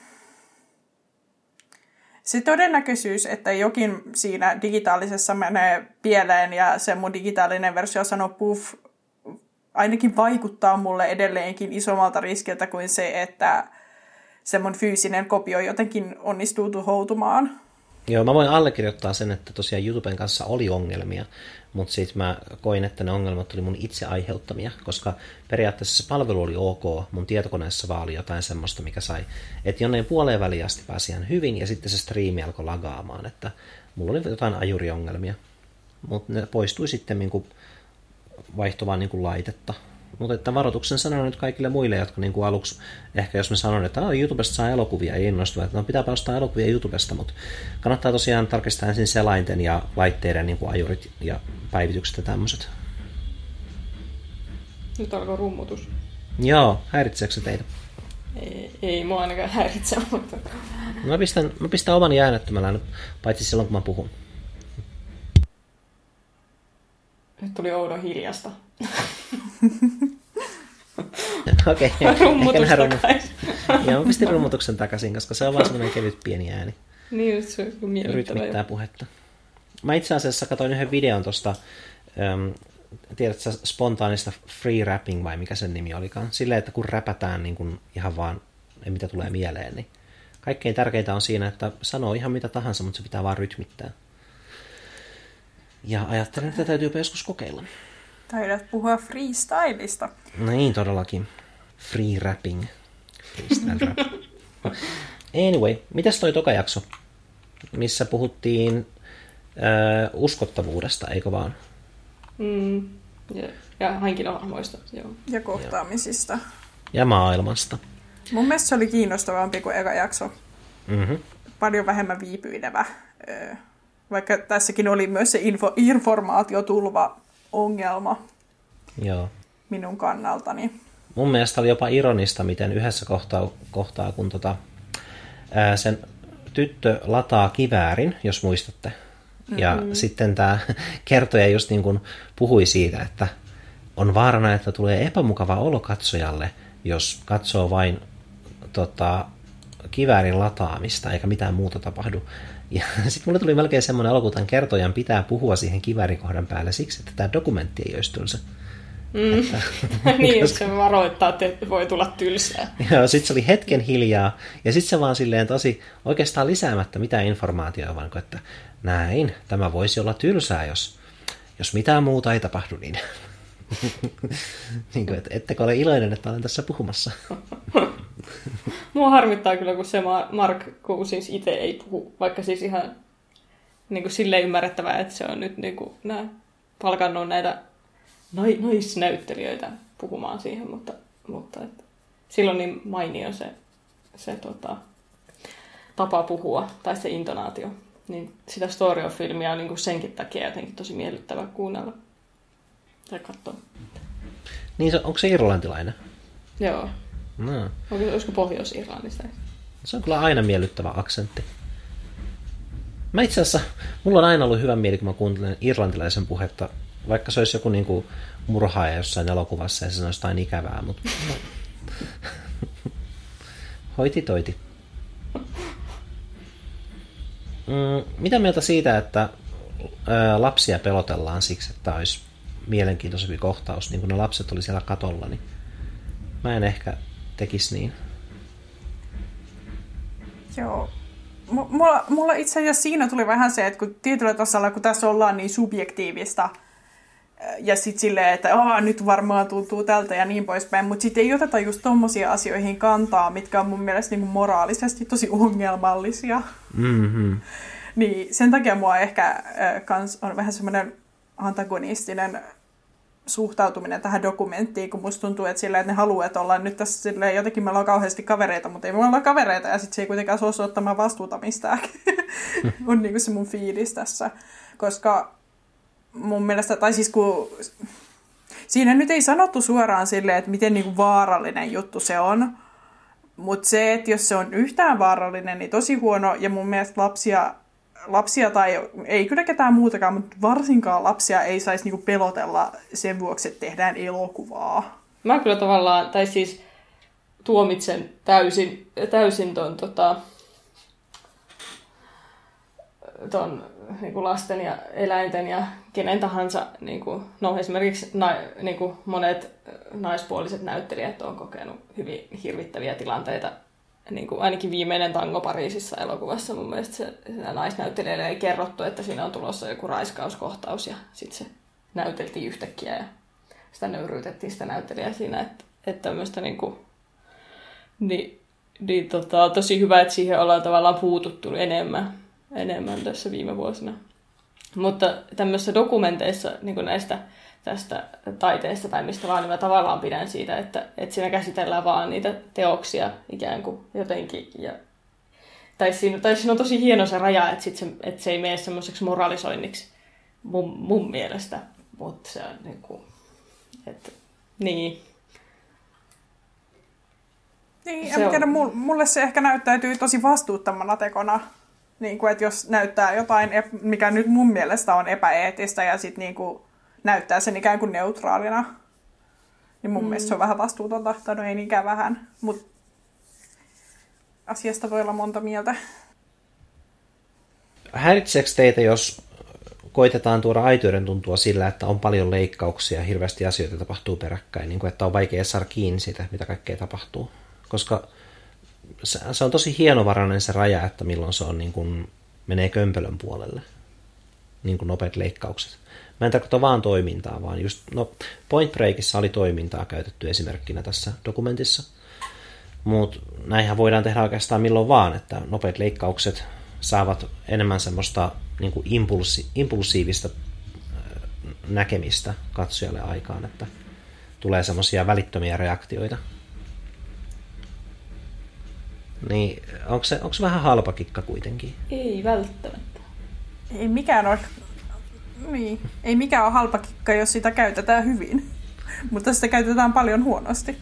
se todennäköisyys, että jokin siinä digitaalisessa menee pieleen ja se mun digitaalinen versio sanoo puff, ainakin vaikuttaa mulle edelleenkin isommalta riskiltä kuin se, että se mun fyysinen kopio jotenkin onnistuu tuhoutumaan. Joo, mä voin allekirjoittaa sen, että tosiaan YouTuben kanssa oli ongelmia, mutta sitten mä koin, että ne ongelmat oli mun itse aiheuttamia, koska periaatteessa se palvelu oli ok, mun tietokoneessa vaan oli jotain semmoista, mikä sai, että jonnein puoleen väliin asti pääsi ihan hyvin, ja sitten se striimi alkoi lagaamaan, että mulla oli jotain ajuriongelmia, mutta ne poistui sitten kun vaihtoi vaan laitetta. Mutta että varoituksen sanon nyt kaikille muille, jotka aluksi, ehkä jos mä sanon, että YouTubesta saa elokuvia, ei innostua, että pitää ostaa elokuvia YouTubesta, mutta kannattaa tosiaan tarkistaa ensin selainten ja laitteiden ajurit ja päivitykset ja tämmöiset. Nyt alkoi rummutus. Joo, häiritseekö se teitä? Ei mua ainakaan häiritse, mutta... Mä pistän oman äänettömällä, paitsi silloin kun mä puhun. Nyt tuli oudon hiljasta. Okei. Rummutus takaisin. Joo, mä pistin rummutuksen takaisin, koska se on vaan semmoinen kevyt pieni ääni. Niin, se on miellyttävä. Rytmittää puhetta. Mä itse asiassa katsoin yhden videon tuosta, tiedätkö, spontaanista free rapping vai mikä sen nimi olikaan. Silleen, että kun räpätään ihan vaan, mitä tulee mieleen, niin kaikkein tärkeintä on siinä, että sanoo ihan mitä tahansa, mutta se pitää vaan rytmittää. Ja ajattelen, että täytyypä joskus kokeilla. Taidat puhua freestylista. Niin, todellakin. Free rapping. Freestyle rap. Anyway, mitäs toi toka jakso? Missä puhuttiin uskottavuudesta, eikö vaan? Ja henkilöhahmoista, joo. Ja kohtaamisista. Ja maailmasta. Mun mielestä se oli kiinnostavampi kuin eka jakso. Mm-hmm. Paljon vähemmän viipyilevä. Vaikka tässäkin oli myös se informaatiotulva-ongelma. Joo. Minun kannaltani. Mun mielestä oli jopa ironista, miten yhdessä kohtaa kun sen tyttö lataa kiväärin, jos muistatte. Ja sitten tämä kertoja just puhui siitä, että on vaarana, että tulee epämukava olo katsojalle, jos katsoo vain kiväärin lataamista, eikä mitään muuta tapahdu. Ja sitten mulle tuli melkein semmoinen olo, kun tämän kertojan pitää puhua siihen kiväärikohdan päälle siksi, että tämä dokumentti ei olisi tylsä. Niin, koska... se varoittaa, että voi tulla tylsää. Joo, sitten se oli hetken hiljaa, ja sitten se vaan silleen tosi oikeastaan lisäämättä mitään informaatiota, vaan että näin, tämä voisi olla tylsää, jos mitään muuta ei tapahdu, niin että ettekö ole iloinen, että olen tässä puhumassa. Mua harmittaa kyllä, kun se Mark Cousins itse ei puhu, vaikka siis ihan silleen ymmärrettävää, että se on nyt palkannut näitä naisnäyttelijöitä puhumaan siihen, mutta että silloin niin mainio se tapa puhua, tai se intonaatio. Niin sitä Story of Filmia on senkin takia jotenkin tosi miellyttävää kuunnella tai katsoa. Niin, onko se irlantilainen? Joo. No. Olisiko Pohjois-Irlannista? Se on kyllä aina miellyttävä aksentti. Mä itse asiassa, mulla on aina ollut hyvä mieli, kun mä kuuntelen irlantilaisen puhetta, vaikka se olisi joku murhaaja jossain elokuvassa ja se olisi jotain ikävää, mutta hoiti toiti. Mitä mieltä siitä, että lapsia pelotellaan siksi, että olisi mielenkiintoisempi kohtaus, niin kun ne lapset oli siellä katolla, niin mä en ehkä tekisi niin. Joo. Mulla itse asiassa siinä tuli vähän se, että kun tietyllä tasolla, kun tässä ollaan niin subjektiivista, ja sitten silleen, että nyt varmaan tuntuu tältä ja niin poispäin, mutta sitten ei oteta just tommosia asioihin kantaa, mitkä on mun mielestä moraalisesti tosi ongelmallisia. Mm-hmm. Niin sen takia mua ehkä kans on vähän semmoinen antagonistinen suhtautuminen tähän dokumenttiin, kun musta tuntuu, että ne haluaa, että ollaan nyt tässä silleen, jotenkin meillä on kauheasti kavereita, mutta ei me olla kavereita, ja sitten se ei kuitenkaan suostu ottamaan vastuuta mistään. On se mun fiilis tässä, koska mun mielestä, tai siis kun... siinä nyt ei sanottu suoraan silleen, että miten niinku vaarallinen juttu se on. Mutta se, että jos se on yhtään vaarallinen, niin tosi huono. Ja mun mielestä lapsia tai ei kyllä ketään muutakaan, mutta varsinkaan lapsia ei saisi niinku pelotella sen vuoksi, että tehdään elokuvaa. Mä kyllä tavallaan, tai siis tuomitsen täysin ton niinku lasten ja eläinten ja kenen tahansa, niinku, no esimerkiksi niinku monet naispuoliset näyttelijät on kokenut hyvin hirvittäviä tilanteita. Niinku, ainakin viimeinen Tango Pariisissa -elokuvassa mun mielestä se naisnäyttelijälle ei kerrottu, että siinä on tulossa joku raiskauskohtaus ja sitten se näyteltiin yhtäkkiä ja sitä nöyryytettiin sitä näyttelijää siinä, että tämmöistä niinku, tosi hyvä, että siihen ollaan tavallaan puututtu enemmän tässä viime vuosina. Mutta tämmöisissä dokumenteissa niin tästä taiteesta tai mistä vaan, niin mä tavallaan pidän siitä, että siinä käsitellään vaan niitä teoksia ikään kuin jotenkin. Tai siinä on tosi hieno se raja, että se ei mene semmoiseksi moralisoinniksi mun mielestä. Mutta se on niin kuin, että niin. Niin, en tiedä, mulle se ehkä näyttäytyy tosi vastuuttomana tekona. Niin kuin, että jos näyttää jotain, mikä nyt mun mielestä on epäeettistä ja sitten niin kuin näyttää sen ikään kuin neutraalina, niin mun mielestä se on vähän vastuutonta, tai no ei niinkään vähän, mutta asiasta voi olla monta mieltä. Häiritseekö teitä, jos koitetaan tuoda aitoiden tuntua sillä, että on paljon leikkauksia ja hirveästi asioita tapahtuu peräkkäin, niin kuin, että on vaikea saada kiinni siitä, mitä kaikkea tapahtuu? Koska se on tosi hienovarainen se raja, että milloin se on, niin kuin, menee kömpelön puolelle, niin kuin nopeat leikkaukset. Mä en tarkoita vaan toimintaa, vaan just, no Point Breakissa oli toimintaa käytetty esimerkkinä tässä dokumentissa, mutta näinhän voidaan tehdä oikeastaan milloin vaan, että nopeat leikkaukset saavat enemmän semmoista niin kuin impulsiivista näkemistä katsojalle aikaan, että tulee semmoisia välittömiä reaktioita. Niin, onko se vähän halpa kikka kuitenkin? Ei välttämättä. Ei mikään ole halpa kikka, jos sitä käytetään hyvin. Mutta sitä käytetään paljon huonosti.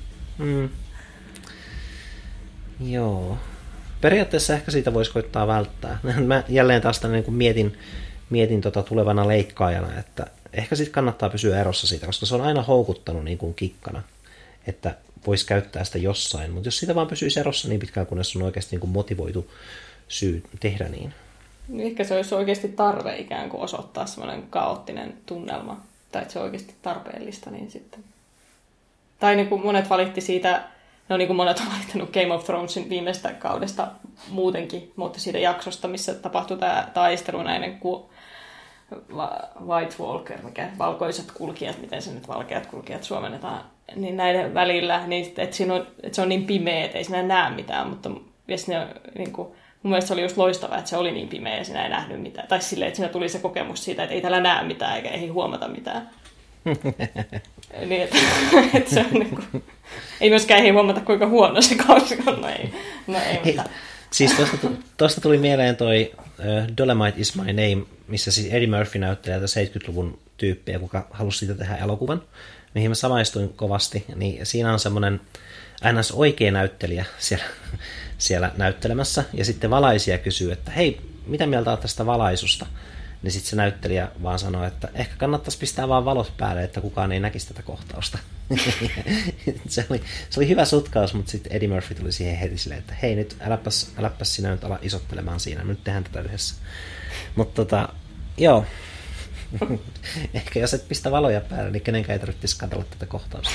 Joo. Periaatteessa ehkä siitä voisi koittaa välttää. Mä jälleen taas niin kuin mietin tulevana leikkaajana, että ehkä sitten kannattaa pysyä erossa siitä, koska se on aina houkuttanut niin kuin kikkana, että voisi käyttää sitä jossain. Mutta jos siitä vaan pysyisi erossa niin pitkään, kunnes on oikeasti niin kuin motivoitu syy tehdä niin. Ehkä se olisi oikeasti tarve ikään kuin osoittaa semmoinen kaoottinen tunnelma, tai että se on oikeasti tarpeellista, niin sitten. Tai niin kuin monet valitti siitä, no niin kuin monet on valittanut Game of Thronesin viimeistä kaudesta muutenkin, mutta siitä jaksosta, missä tapahtui tämä taistelu näiden White Walker, valkoiset kulkijat, miten se nyt valkeat kulkijat suomennetaan, niin näiden välillä, niin että se on niin pimeä, että ei sinä näe mitään, mutta niin kuin, mun mielestä se oli just loistavaa, että se oli niin pimeä ja sinä ei nähnyt mitään. Tai silleen, että siinä tuli se kokemus siitä, että ei täällä näe mitään eikä ei huomata mitään. Niin, että se on niin kuin, ei myöskään ei huomata, kuinka huono se kausi on. No ei mitään. Siis tuosta tuli mieleen toi Dolomite is my name, missä siis Eddie Murphy näyttelee 70-luvun tyyppiä, kuka halusi siitä tehdä elokuvan, mihin mä samaistuin kovasti. Niin siinä on semmoinen ns. Oikea näyttelijä siellä näyttelemässä, ja sitten valaisija kysyy, että hei, mitä mieltä olet tästä valaisusta? Niin sitten se näyttelijä vaan sanoo, että ehkä kannattaisi pistää vaan valot päälle, että kukaan ei näkisi tätä kohtausta. se oli hyvä sutkaus, mutta sitten Eddie Murphy tuli siihen heti silleen, että hei nyt äläpäs sinä nyt ala isottelemaan siinä, me nyt tehdään tätä yhdessä. Mutta joo, ehkä jos et pistä valoja päälle, niin kenenkään ei tarvitsisi katsella tätä kohtausta.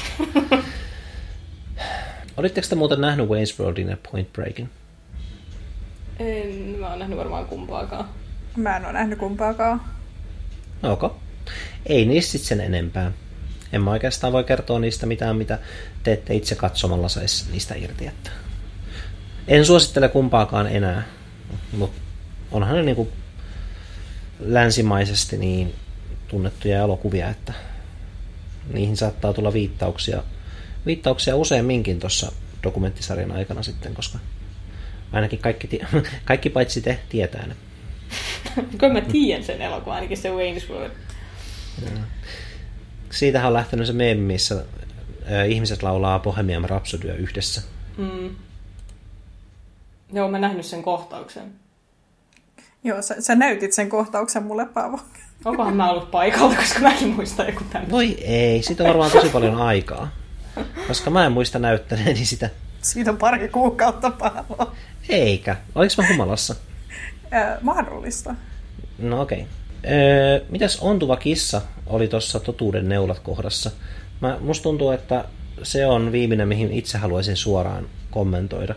Olitteko te muuten nähnyt Wayne's Worldin ja Point Breakin? En, mä oon nähnyt varmaan kumpaakaan. Mä en ole nähnyt kumpaakaan. Ok. Ei niistä sit sen enempää. En mä oikeastaan voi kertoa niistä mitään, mitä te ette itse katsomalla saisi niistä irti. Että en suosittele kumpaakaan enää, mutta onhan ne niinku länsimaisesti niin tunnettuja elokuvia, että niihin saattaa tulla viittauksia useamminkin tuossa dokumenttisarjan aikana sitten, koska ainakin kaikki paitsi te tietää ne. Kyllä mä tiedän sen elokuvan, ainakin se Wayne's World. Siitähän on lähtenyt se meemi, missä ihmiset laulaa Bohemian Rhapsodyä yhdessä. Joo, mä nähnyt sen kohtauksen. Joo, sä näytit sen kohtauksen mulle, Paavo. Onkohan mä ollut paikalla, koska mäkin muistan joku tämmöinen. Voi ei, siitä on varmaan tosi paljon aikaa. Koska mä en muista näyttäneeni sitä. Siitä on pari kuukautta, Paavo. Eikä. Oliko mä humalassa? Mahdollista. No okei. Mitäs Ontuva kissa oli tuossa Totuuden neulat kohdassa? Musta tuntuu, että se on viimeinen, mihin itse haluaisin suoraan kommentoida.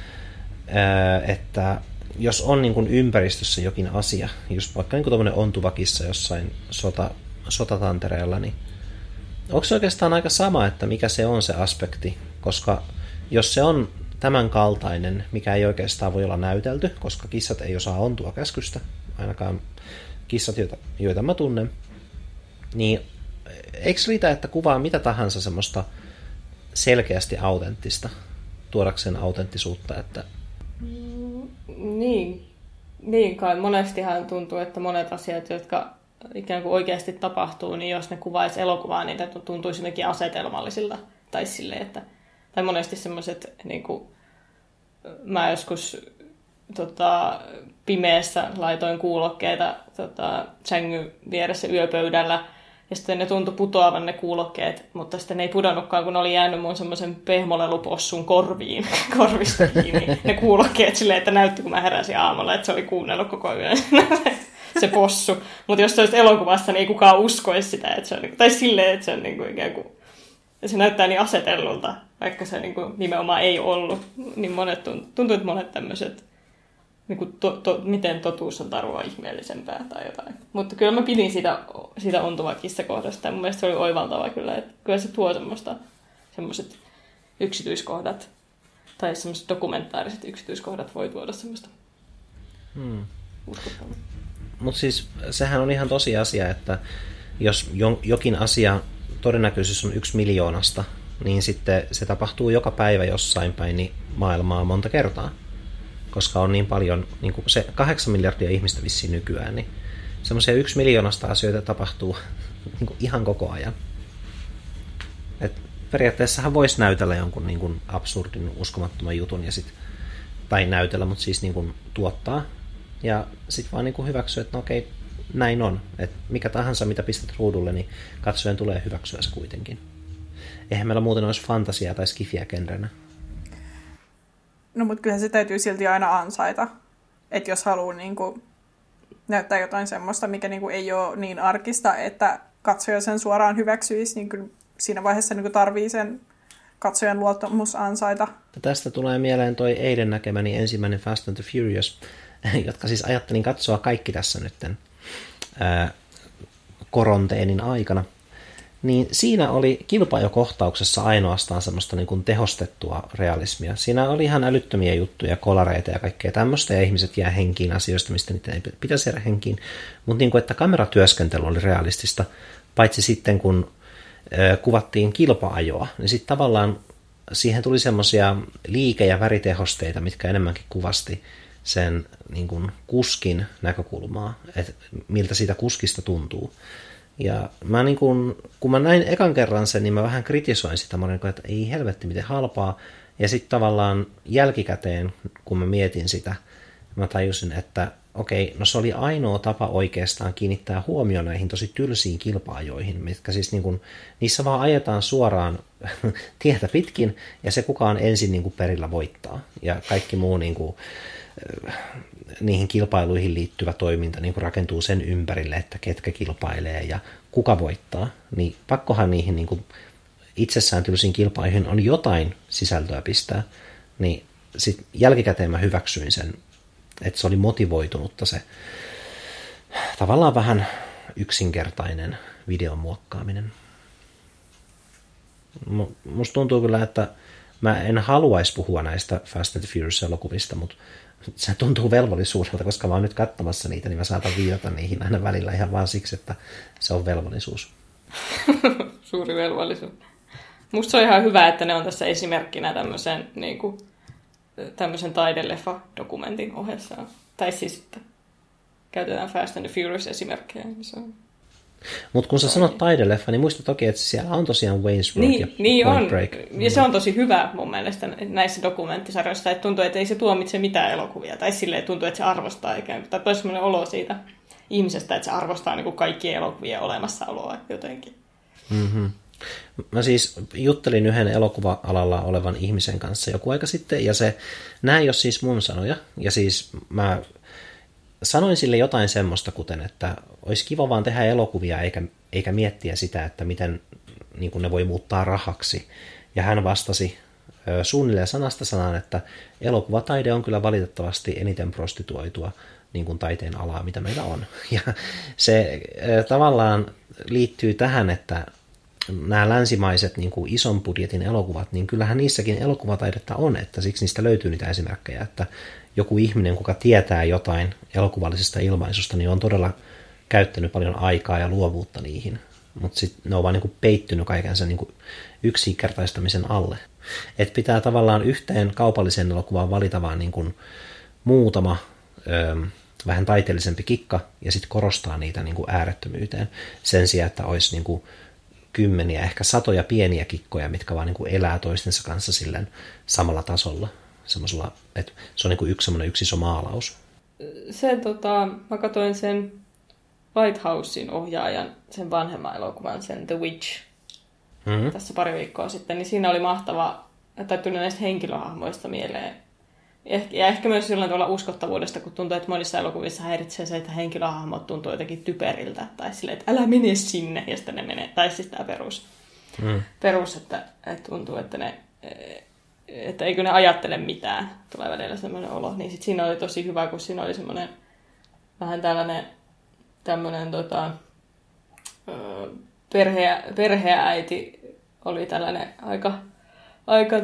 Että jos on niin kuin ympäristössä jokin asia, just vaikka niin kuin tommoinen Ontuva kissa jossain sotatantereella, niin onko se oikeastaan aika sama, että mikä se on se aspekti? Koska jos se on tämän kaltainen, mikä ei oikeastaan voi olla näytelty, koska kissat ei osaa ontua käskystä, ainakaan kissat, joita mä tunnen, niin eikö riitä, että kuvaa mitä tahansa semmoista selkeästi autenttista, tuodakseen autenttisuutta, että... Niin kai. Monestihan tuntuu, että monet asiat, jotka ikään kuin oikeasti tapahtuu, niin jos ne kuvaisi elokuvaa, niin ne tuntuisi jotenkin asetelmallisilta. Tai silleen, että... Tai monesti semmoiset, niin kuin... Mä joskus pimeässä laitoin kuulokkeita sängyn vieressä yöpöydällä, ja sitten ne tuntui putoavan ne kuulokkeet, mutta sitten ne ei pudonnutkaan, kun ne oli jäänyt mun semmoisen pehmolelupossun korvista kiinni. Ne kuulokkeet silleen, että näytti, kun mä heräsin aamulla, että se oli kuunnellut koko yön se possu. Mutta jos se olisi elokuvassa, niin ei kukaan uskoisi sitä, että se on, tai silleen, että se on niin kuin ikään kuin, se näyttää niin asetellulta, vaikka se niin kuin nimenomaan ei ollut. Niin tuntuu, että monet tämmöiset, niin kuin miten totuus on tarua ihmeellisempää tai jotain. Mutta kyllä mä pidin siitä Ontuva kissakohdasta, ja mun mielestä se oli oivaltava kyllä, että kyllä se tuo semmoiset yksityiskohdat, tai semmoiset dokumentaariset yksityiskohdat voi tuoda semmoista uskottavaa. Mutta siis sehän on ihan tosiasia, että jos jokin asia todennäköisyys on 1 miljoonasta, niin sitten se tapahtuu joka päivä jossain päin maailmaa monta kertaa. Koska on niin paljon, niin kuin se 8 miljardia ihmistä vissiin nykyään, niin semmoisia 1 miljoonasta asioita tapahtuu niin kuin ihan koko ajan. Et periaatteessahan voisi näytellä jonkun niin kuin absurdin, uskomattoman jutun, ja tai näytellä, mutta siis niin kuin tuottaa. Ja sitten vaan niin kuin hyväksyä, että no okei, näin on. Että mikä tahansa, mitä pistät ruudulle, niin katsojen tulee hyväksyä se kuitenkin. Eihän meillä muuten olisi fantasiaa tai skifiä genrenä. No, mutta kyllä se täytyy silti aina ansaita. Että jos haluaa niinku näyttää jotain semmoista, mikä niinku ei ole niin arkista, että katsoja sen suoraan hyväksyisi, niin kyllä siinä vaiheessa niinku tarvii sen katsojan luottamus ansaita. Tästä tulee mieleen toi eilen näkemäni ensimmäinen Fast and the Furious, jotka siis ajattelin katsoa kaikki tässä nytten koronteenin aikana. Niin siinä oli kilpailukohtauksessa ainoastaan semmoista niin kuin tehostettua realismia. Siinä oli ihan älyttömiä juttuja, kolareita ja kaikkea tämmöistä, ja ihmiset jää henkiin asioista, mistä niitä ei pitäisi jäädä henkiin. Mutta niin kuin, että kameratyöskentely oli realistista, paitsi sitten kun kuvattiin kilpa-ajoa, niin sitten tavallaan siihen tuli semmoisia liike- ja väritehosteita, mitkä enemmänkin kuvasti sen niin kuin kuskin näkökulmaa, että miltä siitä kuskista tuntuu. Ja mä niin kun mä näin ekan kerran sen, niin mä vähän kritisoin sitä. Mä olin, että ei helvetti, miten halpaa. Ja sitten tavallaan jälkikäteen, kun mä mietin sitä, mä tajusin, että okei, no se oli ainoa tapa oikeastaan kiinnittää huomioon näihin tosi tylsiin kilpa-ajoihin, mitkä siis niin kun, niissä vaan ajetaan suoraan tietä pitkin, ja se kukaan ensin niin kun perillä voittaa. Ja kaikki muu niin kun, niihin kilpailuihin liittyvä toiminta niin kun rakentuu sen ympärille, että ketkä kilpailee ja kuka voittaa. Niin pakkohan niihin niin kun itsessään tylsiin kilpailuihin on jotain sisältöä pistää. Niin sitten jälkikäteen mä hyväksyin sen, että se oli motivoitunutta se tavallaan vähän yksinkertainen videon muokkaaminen. Musta tuntuu kyllä, että mä en haluaisi puhua näistä Fast and the Furious-elokuvista, mutta se tuntuu velvollisuudelta, koska mä oon nyt katsomassa niitä, niin mä saatan viitata niihin aina välillä ihan vaan siksi, että se on velvollisuus. Suuri velvollisuus. Musta se on ihan hyvä, että ne on tässä esimerkkinä tämmöisen niin kuin tämmöisen taideleffa-dokumentin ohessa. Tai siis, että käytetään Fast and the Furious-esimerkkejä. Niin se on. Mutta kun sä sanot taideleffa, niin muista toki, että siellä on tosiaan Wayne's World ja Point on. Break. Ja se on tosi hyvä mun mielestä näissä dokumenttisarjoissa, että tuntuu, että ei se tuomitse mitään elokuvia, tai silleen tuntuu, että se arvostaa ikään kuin, tai tulee sellainen olo siitä ihmisestä, että se arvostaa niin kuin kaikkien elokuvien olemassaoloa jotenkin. Mm-hmm. Mä siis juttelin yhden elokuva-alalla olevan ihmisen kanssa joku aika sitten, ja nämä ei ole siis mun sanoja, ja siis mä sanoin sille jotain semmoista, kuten, että olisi kiva vaan tehdä elokuvia, eikä miettiä sitä, että miten niin kuin ne voi muuttaa rahaksi. Ja hän vastasi suunnilleen sanasta sanaan, että elokuvataide on kyllä valitettavasti eniten prostituoitua niin kuin taiteen alaa, mitä meillä on. Ja se tavallaan liittyy tähän, että nämä länsimaiset niin kuin ison budjetin elokuvat, niin kyllähän niissäkin elokuvataidetta on, että siksi niistä löytyy niitä esimerkkejä, että joku ihminen, kuka tietää jotain elokuvallisesta ilmaisusta, niin on todella käyttänyt paljon aikaa ja luovuutta niihin, mutta sitten ne on vaan niin kuin peittynyt kaiken sen niin kuin yksinkertaistamisen alle. Et pitää tavallaan yhteen kaupalliseen elokuvaan valita vaan niin kuin muutama vähän taiteellisempi kikka ja sitten korostaa niitä niin kuin äärettömyyteen sen sijaan, että olisi niin kuin kymmeniä, ehkä satoja pieniä kikkoja, mitkä vaan niin kuin elää toistensa kanssa silleen samalla tasolla. Semmoisella, että se on niin kuin yksi iso maalaus. Mä katsoin sen Lighthousein ohjaajan, sen vanhemman elokuvan, sen The Witch, tässä pari viikkoa sitten, niin siinä oli mahtava, tai tuli näistä henkilöhahmoista mieleen. Ja ehkä myös jollain tavalla uskottavuudesta, kun tuntuu, että monissa elokuvissa häiritsee se, että henkilöhahmot tuntuu jotenkin typeriltä, tai silleen, että älä mene sinne, ja sitten ne menee. Tai siis tämä perus että tuntuu, että eikö ne ajattele mitään, tulee välillä semmoinen olo. Niin sit siinä oli tosi hyvä, kun siinä oli semmoinen vähän tämmöinen perheäiti oli tällainen aika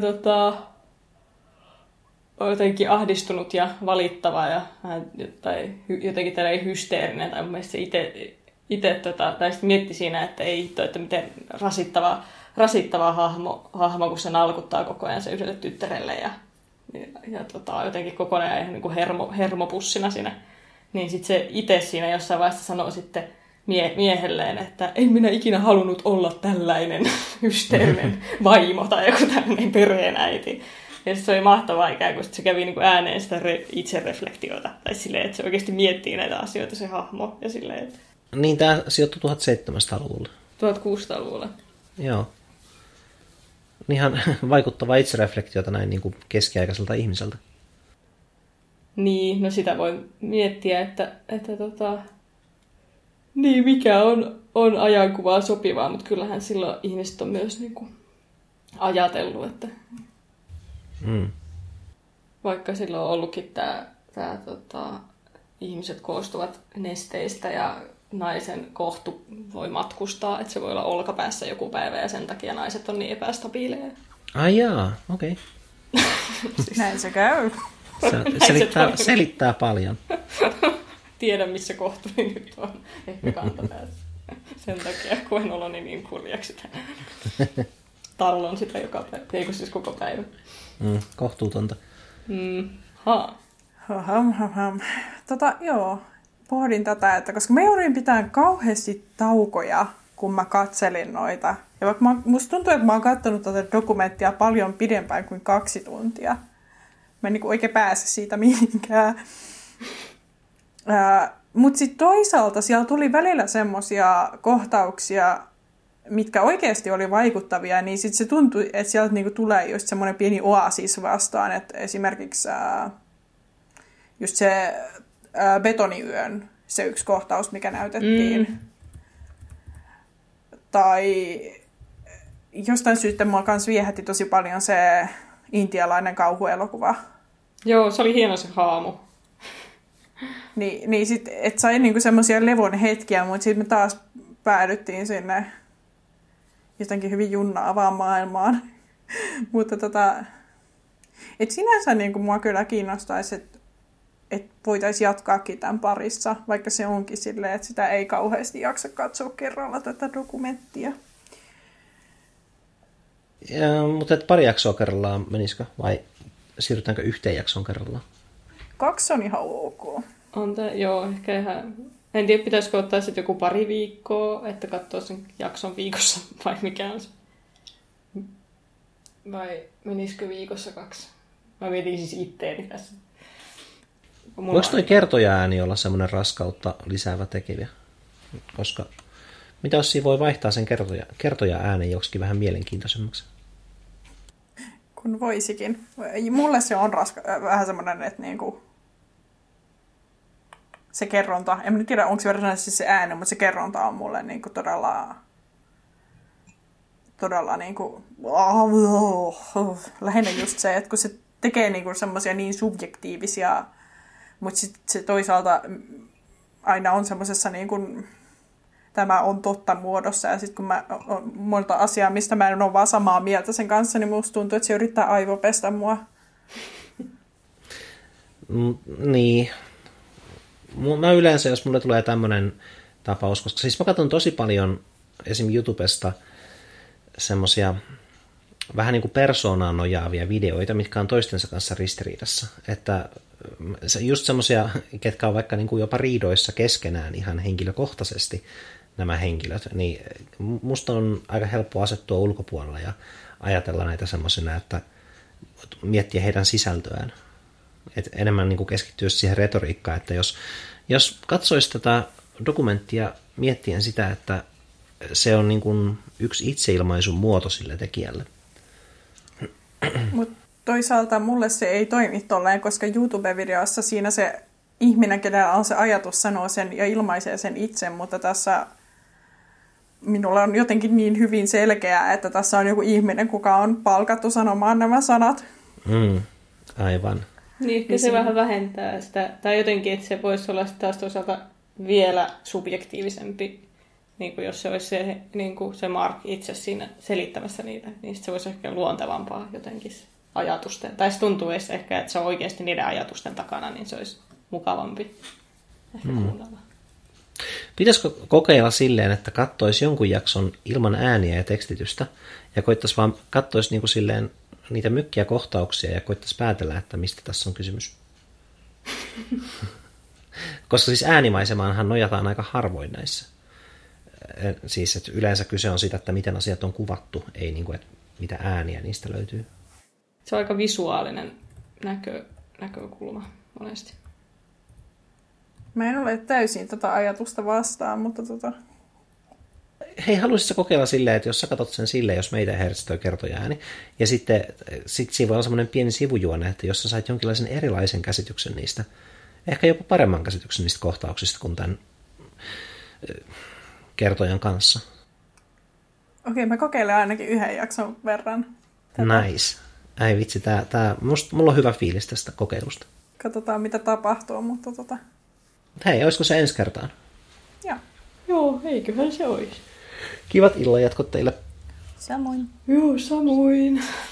jotenkin ahdistunut ja valittava ja tai jotenkin tällainen hysteerinen, tai mun mielestä se itse tai sitten mietti siinä, että ei hitto, että miten rasittava hahmo, kun se nalkuttaa koko ajan se yhdelle tyttärelle ja jotenkin koko ajan ihan niin kuin hermopussina siinä. Niin sitten se itse siinä jossain vaiheessa sanoo sitten miehelleen, että en minä ikinä halunnut olla tällainen hysteerinen vaimo tai joku tällainen perheenäiti. Ja se oli mahtavaa ikään kuin, että se kävi niin kuin ääneen sitä itsereflektiota. Tai silleen, että se oikeasti miettii näitä asioita, se hahmo. Ja silleen, että... Niin, tämä sijoittui 1700-luvulle. 1600-luvulle. Joo. Ihan vaikuttavaa itsereflektiota näin niin kuin keskiaikaiselta ihmiseltä. Niin, no sitä voi miettiä, että niin mikä on ajankuvaa sopivaa, mutta kyllähän silloin ihmiset on myös niin kuin ajatellut, että vaikka silloin on ollutkin ihmiset koostuvat nesteistä ja naisen kohtu voi matkustaa, että se voi olla olkapäässä joku päivä ja sen takia naiset on niin epästabiileja. Ai jaa, okei. Näin se käy. Selittää paljon. Tiedän, missä kohtuni nyt on. Ehkä kantapäässä. Sen takia koen oloni niin kurjaksi. Tallon sitä joka päivä. Eikö siis koko päivä? Kohtuutonta. Joo. Pohdin tätä, että koska me jouduin pitämään kauheasti taukoja, kun mä katselin noita. Ja vaikka musta tuntuu, että mä oon katsonut tätä dokumenttia paljon pidempään kuin 2 tuntia. Mä en niin oikein pääse siitä mihinkään. Mutta sitten toisaalta siellä tuli välillä semmoisia kohtauksia, mitkä oikeasti oli vaikuttavia, niin sitten se tuntui, että sieltä niinku tulee just semmoinen pieni oasis vastaan, että esimerkiksi just se betoniyön, se yksi kohtaus, mikä näytettiin. Tai jostain syystä mua kans viehätti tosi paljon se intialainen kauhuelokuva. Joo, se oli hieno se haamu. Niin sit, et sai niinku semmoisia levon hetkiä, mutta sitten me taas päädyttiin sinne jotenkin hyvin junnaavaan maailmaan. Mutta et sinänsä niinku mua kyllä kiinnostaisi, että voitaisiin jatkaakin tämän parissa, vaikka se onkin silleen, että sitä ei kauheasti jaksa katsoa kerralla tätä dokumenttia. Mutta pari jaksoa kerrallaan menisikö, vai siirrytäänkö yhteen jaksoon kerrallaan? 2 on ihan ok. Joo, ehkä ihan En tiedä, pitäisikö ottaa sitten joku pari viikkoa, että katsoo sen jakson viikossa, vai mikä on se. Vai menisikö viikossa 2? Mä mietin siis itteeni tässä. Voiko toi kertoja-ääni olla semmoinen raskautta lisäävä tekijä? Koska mitä jos siinä voi vaihtaa sen kertoja-äänen joksikin vähän mielenkiintoisemmaksi? Kun voisikin. Mulle se on vähän semmoinen, että niinku se kerronta, en nyt tiedä, onko se varsinaisesti se ääni, mutta se kerronta on mulle niinku todella niinku, lähinnä just se, että kun se tekee niinku semmoisia niin subjektiivisia, mutta sitten se toisaalta aina on semmoisessa niinku, tämä on totta muodossa, ja sitten kun on monta asiaa, mistä mä en ole vaan samaa mieltä sen kanssa, niin musta tuntuu, että se yrittää aivopestä mua. Niin. Mä yleensä, jos mulle tulee tämmöinen tapaus, koska siis mä katson tosi paljon esim. YouTubesta semmosia vähän niin kuin persoonaan nojaavia videoita, mitkä on toistensa kanssa ristiriidassa. Että just semmosia, ketkä on vaikka niin kuin jopa riidoissa keskenään ihan henkilökohtaisesti nämä henkilöt, niin musta on aika helppo asettua ulkopuolella ja ajatella näitä semmosina, että miettiä heidän sisältöään. Et enemmän niin kuin keskittyä siihen retoriikkaan, että jos katsoisi tätä dokumenttia miettien sitä, että se on niin kuin yksi itseilmaisun muoto sille tekijälle. Mutta toisaalta mulle se ei toimi tolleen, koska YouTube-videossa siinä se ihminen, kenellä on se ajatus, sanoo sen ja ilmaisee sen itse, mutta tässä minulle on jotenkin niin hyvin selkeää, että tässä on joku ihminen, kuka on palkattu sanomaan nämä sanat. Aivan. Niin, ehkä se vähän vähentää sitä, tai jotenkin, että se voisi olla taas toisaalta vielä subjektiivisempi, niin kuin jos se olisi se Mark itse siinä selittämässä niitä, niin se voisi ehkä luontevampaa jotenkin ajatusten. Tai se tuntuisi ehkä, että se on oikeasti niiden ajatusten takana, niin se olisi mukavampi ehkä kuunnella. Pitäisikö kokeilla silleen, että katsoisi jonkun jakson ilman ääniä ja tekstitystä, ja katsoisi niin kuin silleen niitä mykkiä kohtauksia ja koittaisi päätellä, että mistä tässä on kysymys. Koska siis äänimaisemaanhan nojataan aika harvoin näissä. Siis että yleensä kyse on siitä, että miten asiat on kuvattu, ei niin kuin, että mitä ääniä niistä löytyy. Se on aika visuaalinen näkökulma monesti. Mä en ole täysin tätä ajatusta vastaan, mutta Hei, haluaisitko kokeilla silleen, että jos sä katsot sen silleen, jos meitä herkistää kertoja-ääni, ja sitten siinä voi olla semmoinen pieni sivujuone, että jos sä sait jonkinlaisen erilaisen käsityksen niistä, ehkä jopa paremman käsityksen niistä kohtauksista kuin tämän kertojan kanssa. Okei, mä kokeilen ainakin yhden jakson verran. Nice. Ei vitsi, mulla on hyvä fiilis tästä kokeilusta. Katsotaan, mitä tapahtuu, mutta Hei, olisiko se ensi kertaan? Joo, eiköhän se olisi. Kivat illanjatkot teille. Samoin. Joo, samoin.